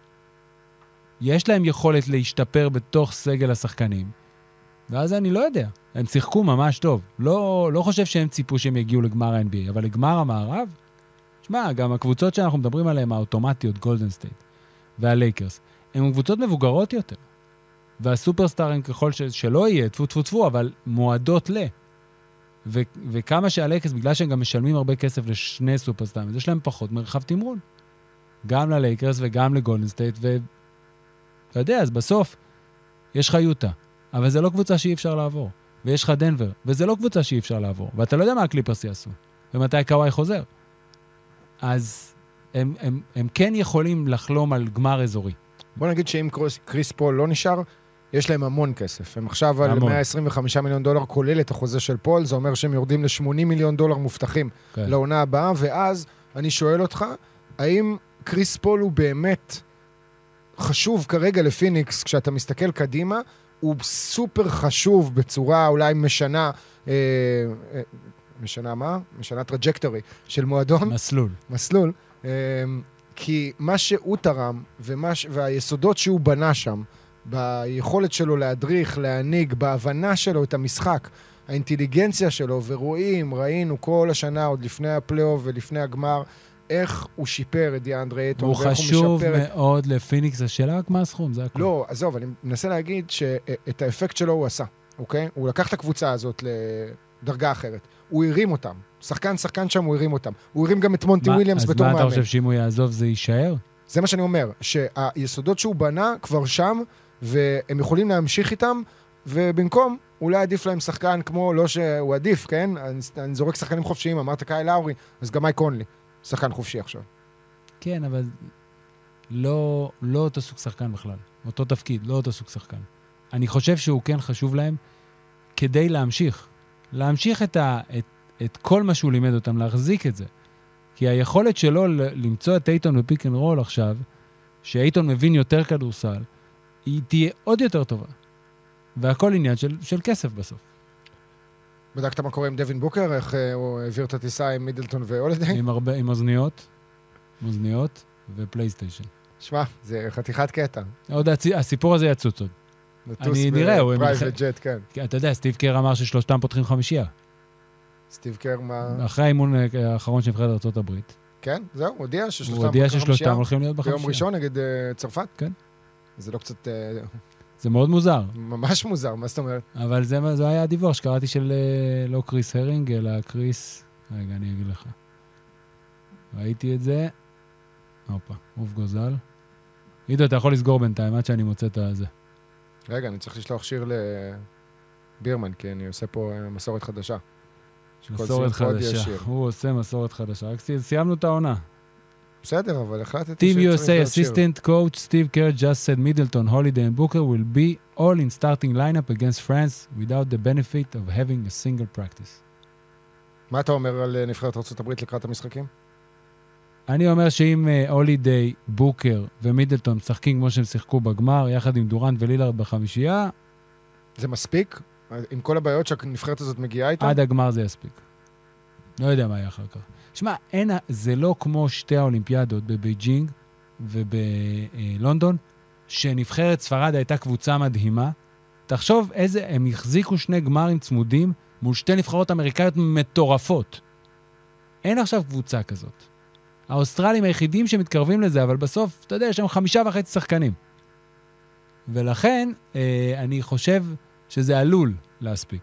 יש להם יכולת להשתפר בתוך סגל השחקנים, ואז אני לא יודע. הם שיחקו ממש טוב. לא, לא חושב שהם ציפו שהם יגיעו לגמר ה-אן בי איי, אבל לגמר המערב, שמע, גם הקבוצות שאנחנו מדברים עליהן, האוטומטיות, גולדן סטייט והלייקרס, הן קבוצות מבוגרות יותר. והסופרסטארים ככל ש- שלא יהיה, תפו תפו תפו, אבל מועדות ל. ו- וכמה שהלייקרס, בגלל שהם גם משלמים הרבה כסף לשני סופרסטארים, אז יש להם פחות מרחב תמרון. גם ללייקרס וגם לגולדן סטייט, ואתה יודע, אז בסוף יש לך יוטה, אבל זה לא קבוצה שאי אפשר לעבור. ויש לך דנבר, וזה לא קבוצה שאי אפשר לעבור. ואתה לא יודע מה הקליפרס יעשו, ומתי קוואי חוזר. אז הם, הם, הם כן יכולים לחלום על גמר אזורי. בוא נגיד שאם קריס פול לא נשאר, יש להם המון כסף. הם עכשיו על מאה עשרים וחמישה מיליון דולר, כולל את החוזה של פול, זה אומר שהם יורדים ל-שמונים מיליון דולר מובטחים כן. לעונה הבאה, ואז אני שואל אותך, האם קריס פול הוא באמת חשוב כרגע לפיניקס, כשאתה מסתכל קדימה, הוא סופר חשוב בצורה אולי משנה, אה, אה, משנה מה? משנה טראג'קטורי של מועדון. מסלול. מסלול. אה, כי מה שהוא תרם, ומה, והיסודות שהוא בנה שם, ביכולת שלו להדריך, להניג, בהבנה שלו את המשחק, האינטליגנציה שלו, ורואים, ראינו כל השנה, עוד לפני הפלייאוף ולפני הגמר, איך הוא שיפר את דיאנדרה אייטון. הוא חשוב מאוד לפיניקס, השאלה רק מה הסכום, זה הכל. לא, עזוב, אני מנסה להגיד שאת האפקט שלו הוא עשה, אוקיי? הוא לקח את הקבוצה הזאת לדרגה אחרת. הוא הרים אותם. שחקן, שחקן שם, הוא הרים אותם. הוא הרים גם את מונטי וויליאמס בתור מאמן. אז מה אתה חושב שאם הוא יעזוב זה יישאר? זה מה שאני אומר, שהיסודות שהוא בנה כבר שם, והם יכולים להמשיך איתם, ובמקום, אולי עדיף להם שחקן כמו, לא שהוא עדיף, כן? אני, אני זורק שחקנים חופשיים, אמרת קאי לאורי, אז גם מייק קונלי, שחקן חופשי עכשיו. כן, אבל לא, לא אותו סוג שחקן בכלל. אותו תפקיד, לא אותו סוג שחקן. אני חושב שהוא כן חשוב להם כדי להמשיך. להמשיך את, ה, את, את כל מה שהוא לימד אותם, להחזיק את זה. כי היכולת שלו למצוא את אייטון בפיק אנד רול עכשיו, שאייטון מבין יותר כדורסל, היא תהיה עוד יותר טובה. והכל עניין של, של כסף בסוף. בדקת מה קורה עם דווין בוקר? איך uh, הוא העביר את הטיסה עם מידלטון והולידיי? עם הרבה, עם אוזניות, אוזניות ופלייסטיישן. שמע, זה חתיכת קטע. עוד הסיפור הזה יצוץ עוד. אני נראה, הוא... פרייבט ג'ט, כן. אתה יודע, סטיב קר אמר ששלושתם פותחים חמישייה. סטיב קר מה... אחרי האימון האחרון של נבחרת ארצות הברית. כן, זהו, הוא הודיע ששלושתם הוא הודיע ששלושתם הולכים להיות בחמישייה. ביום ראשון נגד uh, צרפת? כן. זה לא קצת... Uh, זה מאוד מוזר. ממש מוזר, מה זאת אומרת? אבל זה, זה היה הדיווח שקראתי של uh, לא קריס הרינג, אלא קריס... רגע, אני אגיד לך. ראיתי את זה. הופה, אוף גוזל. עידו, אתה יכול לסגור בינתיים עד שאני מוצא את הזה. רגע, אני צריך לשלוח שיר לבירמן, כי אני עושה פה מסורת חדשה. מסורת חדשה. הוא עושה מסורת חדשה. רק סיימנו את העונה. בסדר, אבל החלטתי Team יו אס איי Assistant Coach Steve Kerr just said Middleton, Holiday and Booker will be all in starting lineup against France without the benefit of having a single practice. מה אתה אומר על נבחרת ארצות הברית לקראת המשחקים? אני אומר שאם הולידיי, בוקר ומידלטון משחקים כמו שהם שיחקו בגמר, יחד עם דורנט ולילארד בחמישייה... זה מספיק? עם כל הבעיות שהנבחרת הזאת מגיעה איתה? עד הגמר זה יספיק. לא יודע מה יהיה אחר כך. שמע, אין, זה לא כמו שתי האולימפיאדות בבייג'ינג ובלונדון, שנבחרת ספרד הייתה קבוצה מדהימה. תחשוב איזה, הם החזיקו שני גמרים צמודים מול שתי נבחרות אמריקאיות מטורפות. אין עכשיו קבוצה כזאת. האוסטרלים היחידים שמתקרבים לזה, אבל בסוף, אתה יודע, יש שם חמישה וחצי שחקנים. ולכן, אה, אני חושב שזה עלול להספיק.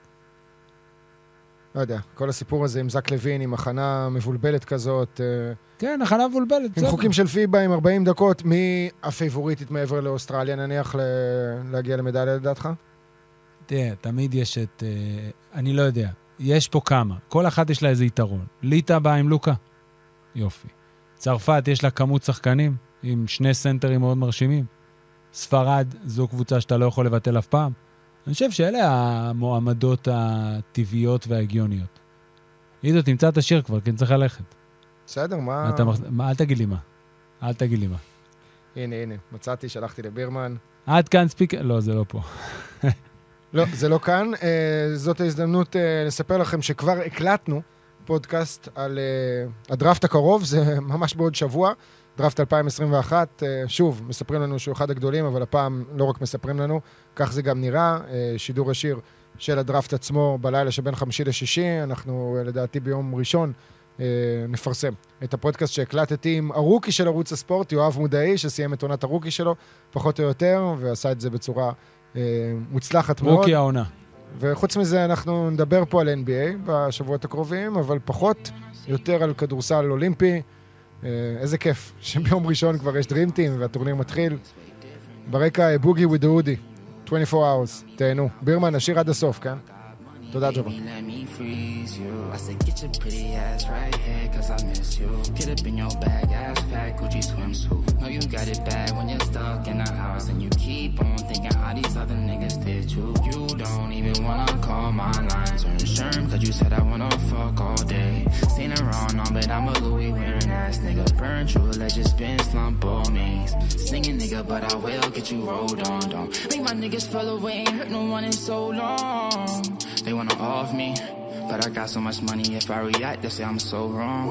לא יודע, כל הסיפור הזה עם זק לוין, עם הכנה מבולבלת כזאת. אה, כן, הכנה מבולבלת. עם חוקים של פיבה, עם ארבעים דקות, מי הפייבוריטית מעבר לאוסטרליה, נניח ל... להגיע למדליה לדעתך? תראה, תמיד יש את... אה, אני לא יודע. יש פה כמה. כל אחת יש לה איזה יתרון. ליטה באה עם לוקה. יופי. צרפת יש לה כמות שחקנים, עם שני סנטרים מאוד מרשימים. ספרד זו קבוצה שאתה לא יכול לבטל אף פעם. אני חושב שאלה המועמדות הטבעיות וההגיוניות. עידו, תמצא את השיר כבר, כי אני צריך ללכת. בסדר, מה... אתה, מה... אל תגיד לי מה. אל תגיד לי מה. הנה, הנה, מצאתי, שלחתי לבירמן. עד כאן ספיק... לא, זה לא פה. לא, זה לא כאן. זאת ההזדמנות לספר לכם שכבר הקלטנו פודקאסט על הדראפט הקרוב, זה ממש בעוד שבוע, דראפט אלפיים עשרים ואחת, שוב, מספרים לנו שהוא אחד הגדולים, אבל הפעם לא רק מספרים לנו, כך זה גם נראה, שידור ישיר של הדראפט עצמו בלילה שבין חמישי לשישי, אנחנו לדעתי ביום ראשון נפרסם את הפודקאסט שהקלטתי עם הרוקי של ערוץ הספורט, יואב מודעי, שסיים את עונת הרוקי שלו, פחות או יותר, ועשה את זה בצורה מוצלחת מאוד. רוקי העונה. וחוץ מזה אנחנו נדבר פה על אן בי איי בשבועות הקרובים, אבל פחות, יותר על כדורסל אולימפי. איזה כיף שביום ראשון כבר יש דרימטים והטורניר מתחיל. ברקע בוגי וויד אודי, עשרים וארבע hours, תהנו. בירמן, נשאיר עד הסוף, כן? תודה ג'ובה. I said, get your pretty ass right here, cause I miss you. Get up in your bag, ass fat, Gucci swimsuit. Know you got it bad when you're stuck in the house, and you keep on thinking how these other niggas did you. You don't even wanna call my line, turn sherm, cause you said I wanna fuck all day. Seen her on, on, but I'm a Louis wearing ass nigga. Burn true, let you spin slump on me. Singing nigga, but I will get you rolled on, don't make my niggas fell away, ain't hurt no one in so long. They wanna off me, but I got so much money, if I react, they say I'm so wrong.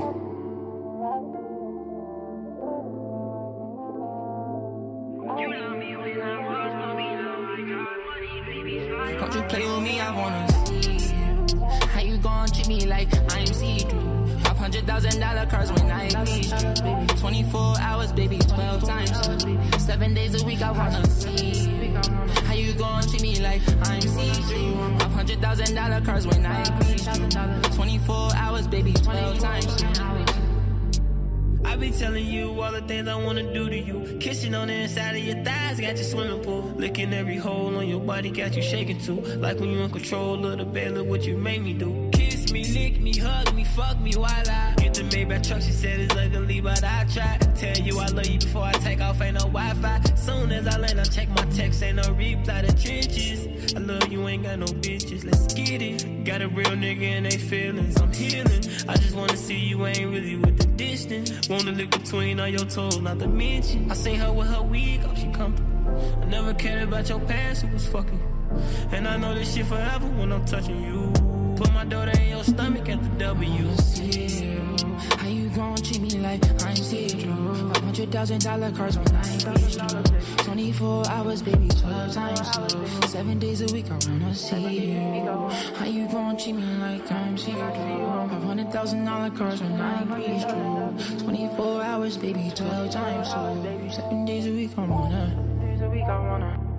You love me when I was, but me now I got money, baby. Don't you play with me, I wanna see you. How you gon' treat me like I'm see-through? five hundred thousand dollar cars when I please you. twenty-four hours, baby, twelve times. Seven days a week, I wanna see you. How you gon' treat me like I'm see-through? five hundred thousand dollar cars when I please you. twenty-four hours, baby, twelve times. I be telling you all the things I wanna do to you. Kissing on the inside of your thighs, got you swimming pool. Licking every hole on your body, got you shaking too. Like when you in control of the bed, look what you made me do. Kiss me, lick me, hug me, fuck me while I get the Maybach truck. She said it's ugly, but I try. Tell you I love you before I take off, ain't no Wi-Fi. Soon as I land, I check my text, ain't no reply to trenches. I love you, ain't got no bitches, let's get it. Got a real nigga and they feelings, I'm healing. I just wanna see you ain't really with the distance. Wanna live between all your toes, not to mention. I seen her with her wig, oh she comfortable. I never cared about your past, who was fucking. And I know this shit forever when I'm touching you. Put my daughter in your stomach at the W. How you gon' treat me like I'm see-through? five hundred thousand dollar cars when I please you. twenty-four hours, baby, twelve times. Seven days a week, I wanna see you. How you gon' treat me like I'm see-through? five hundred thousand dollar cars when I please you. twenty-four hours, baby, twelve times. Seven days a week, I wanna.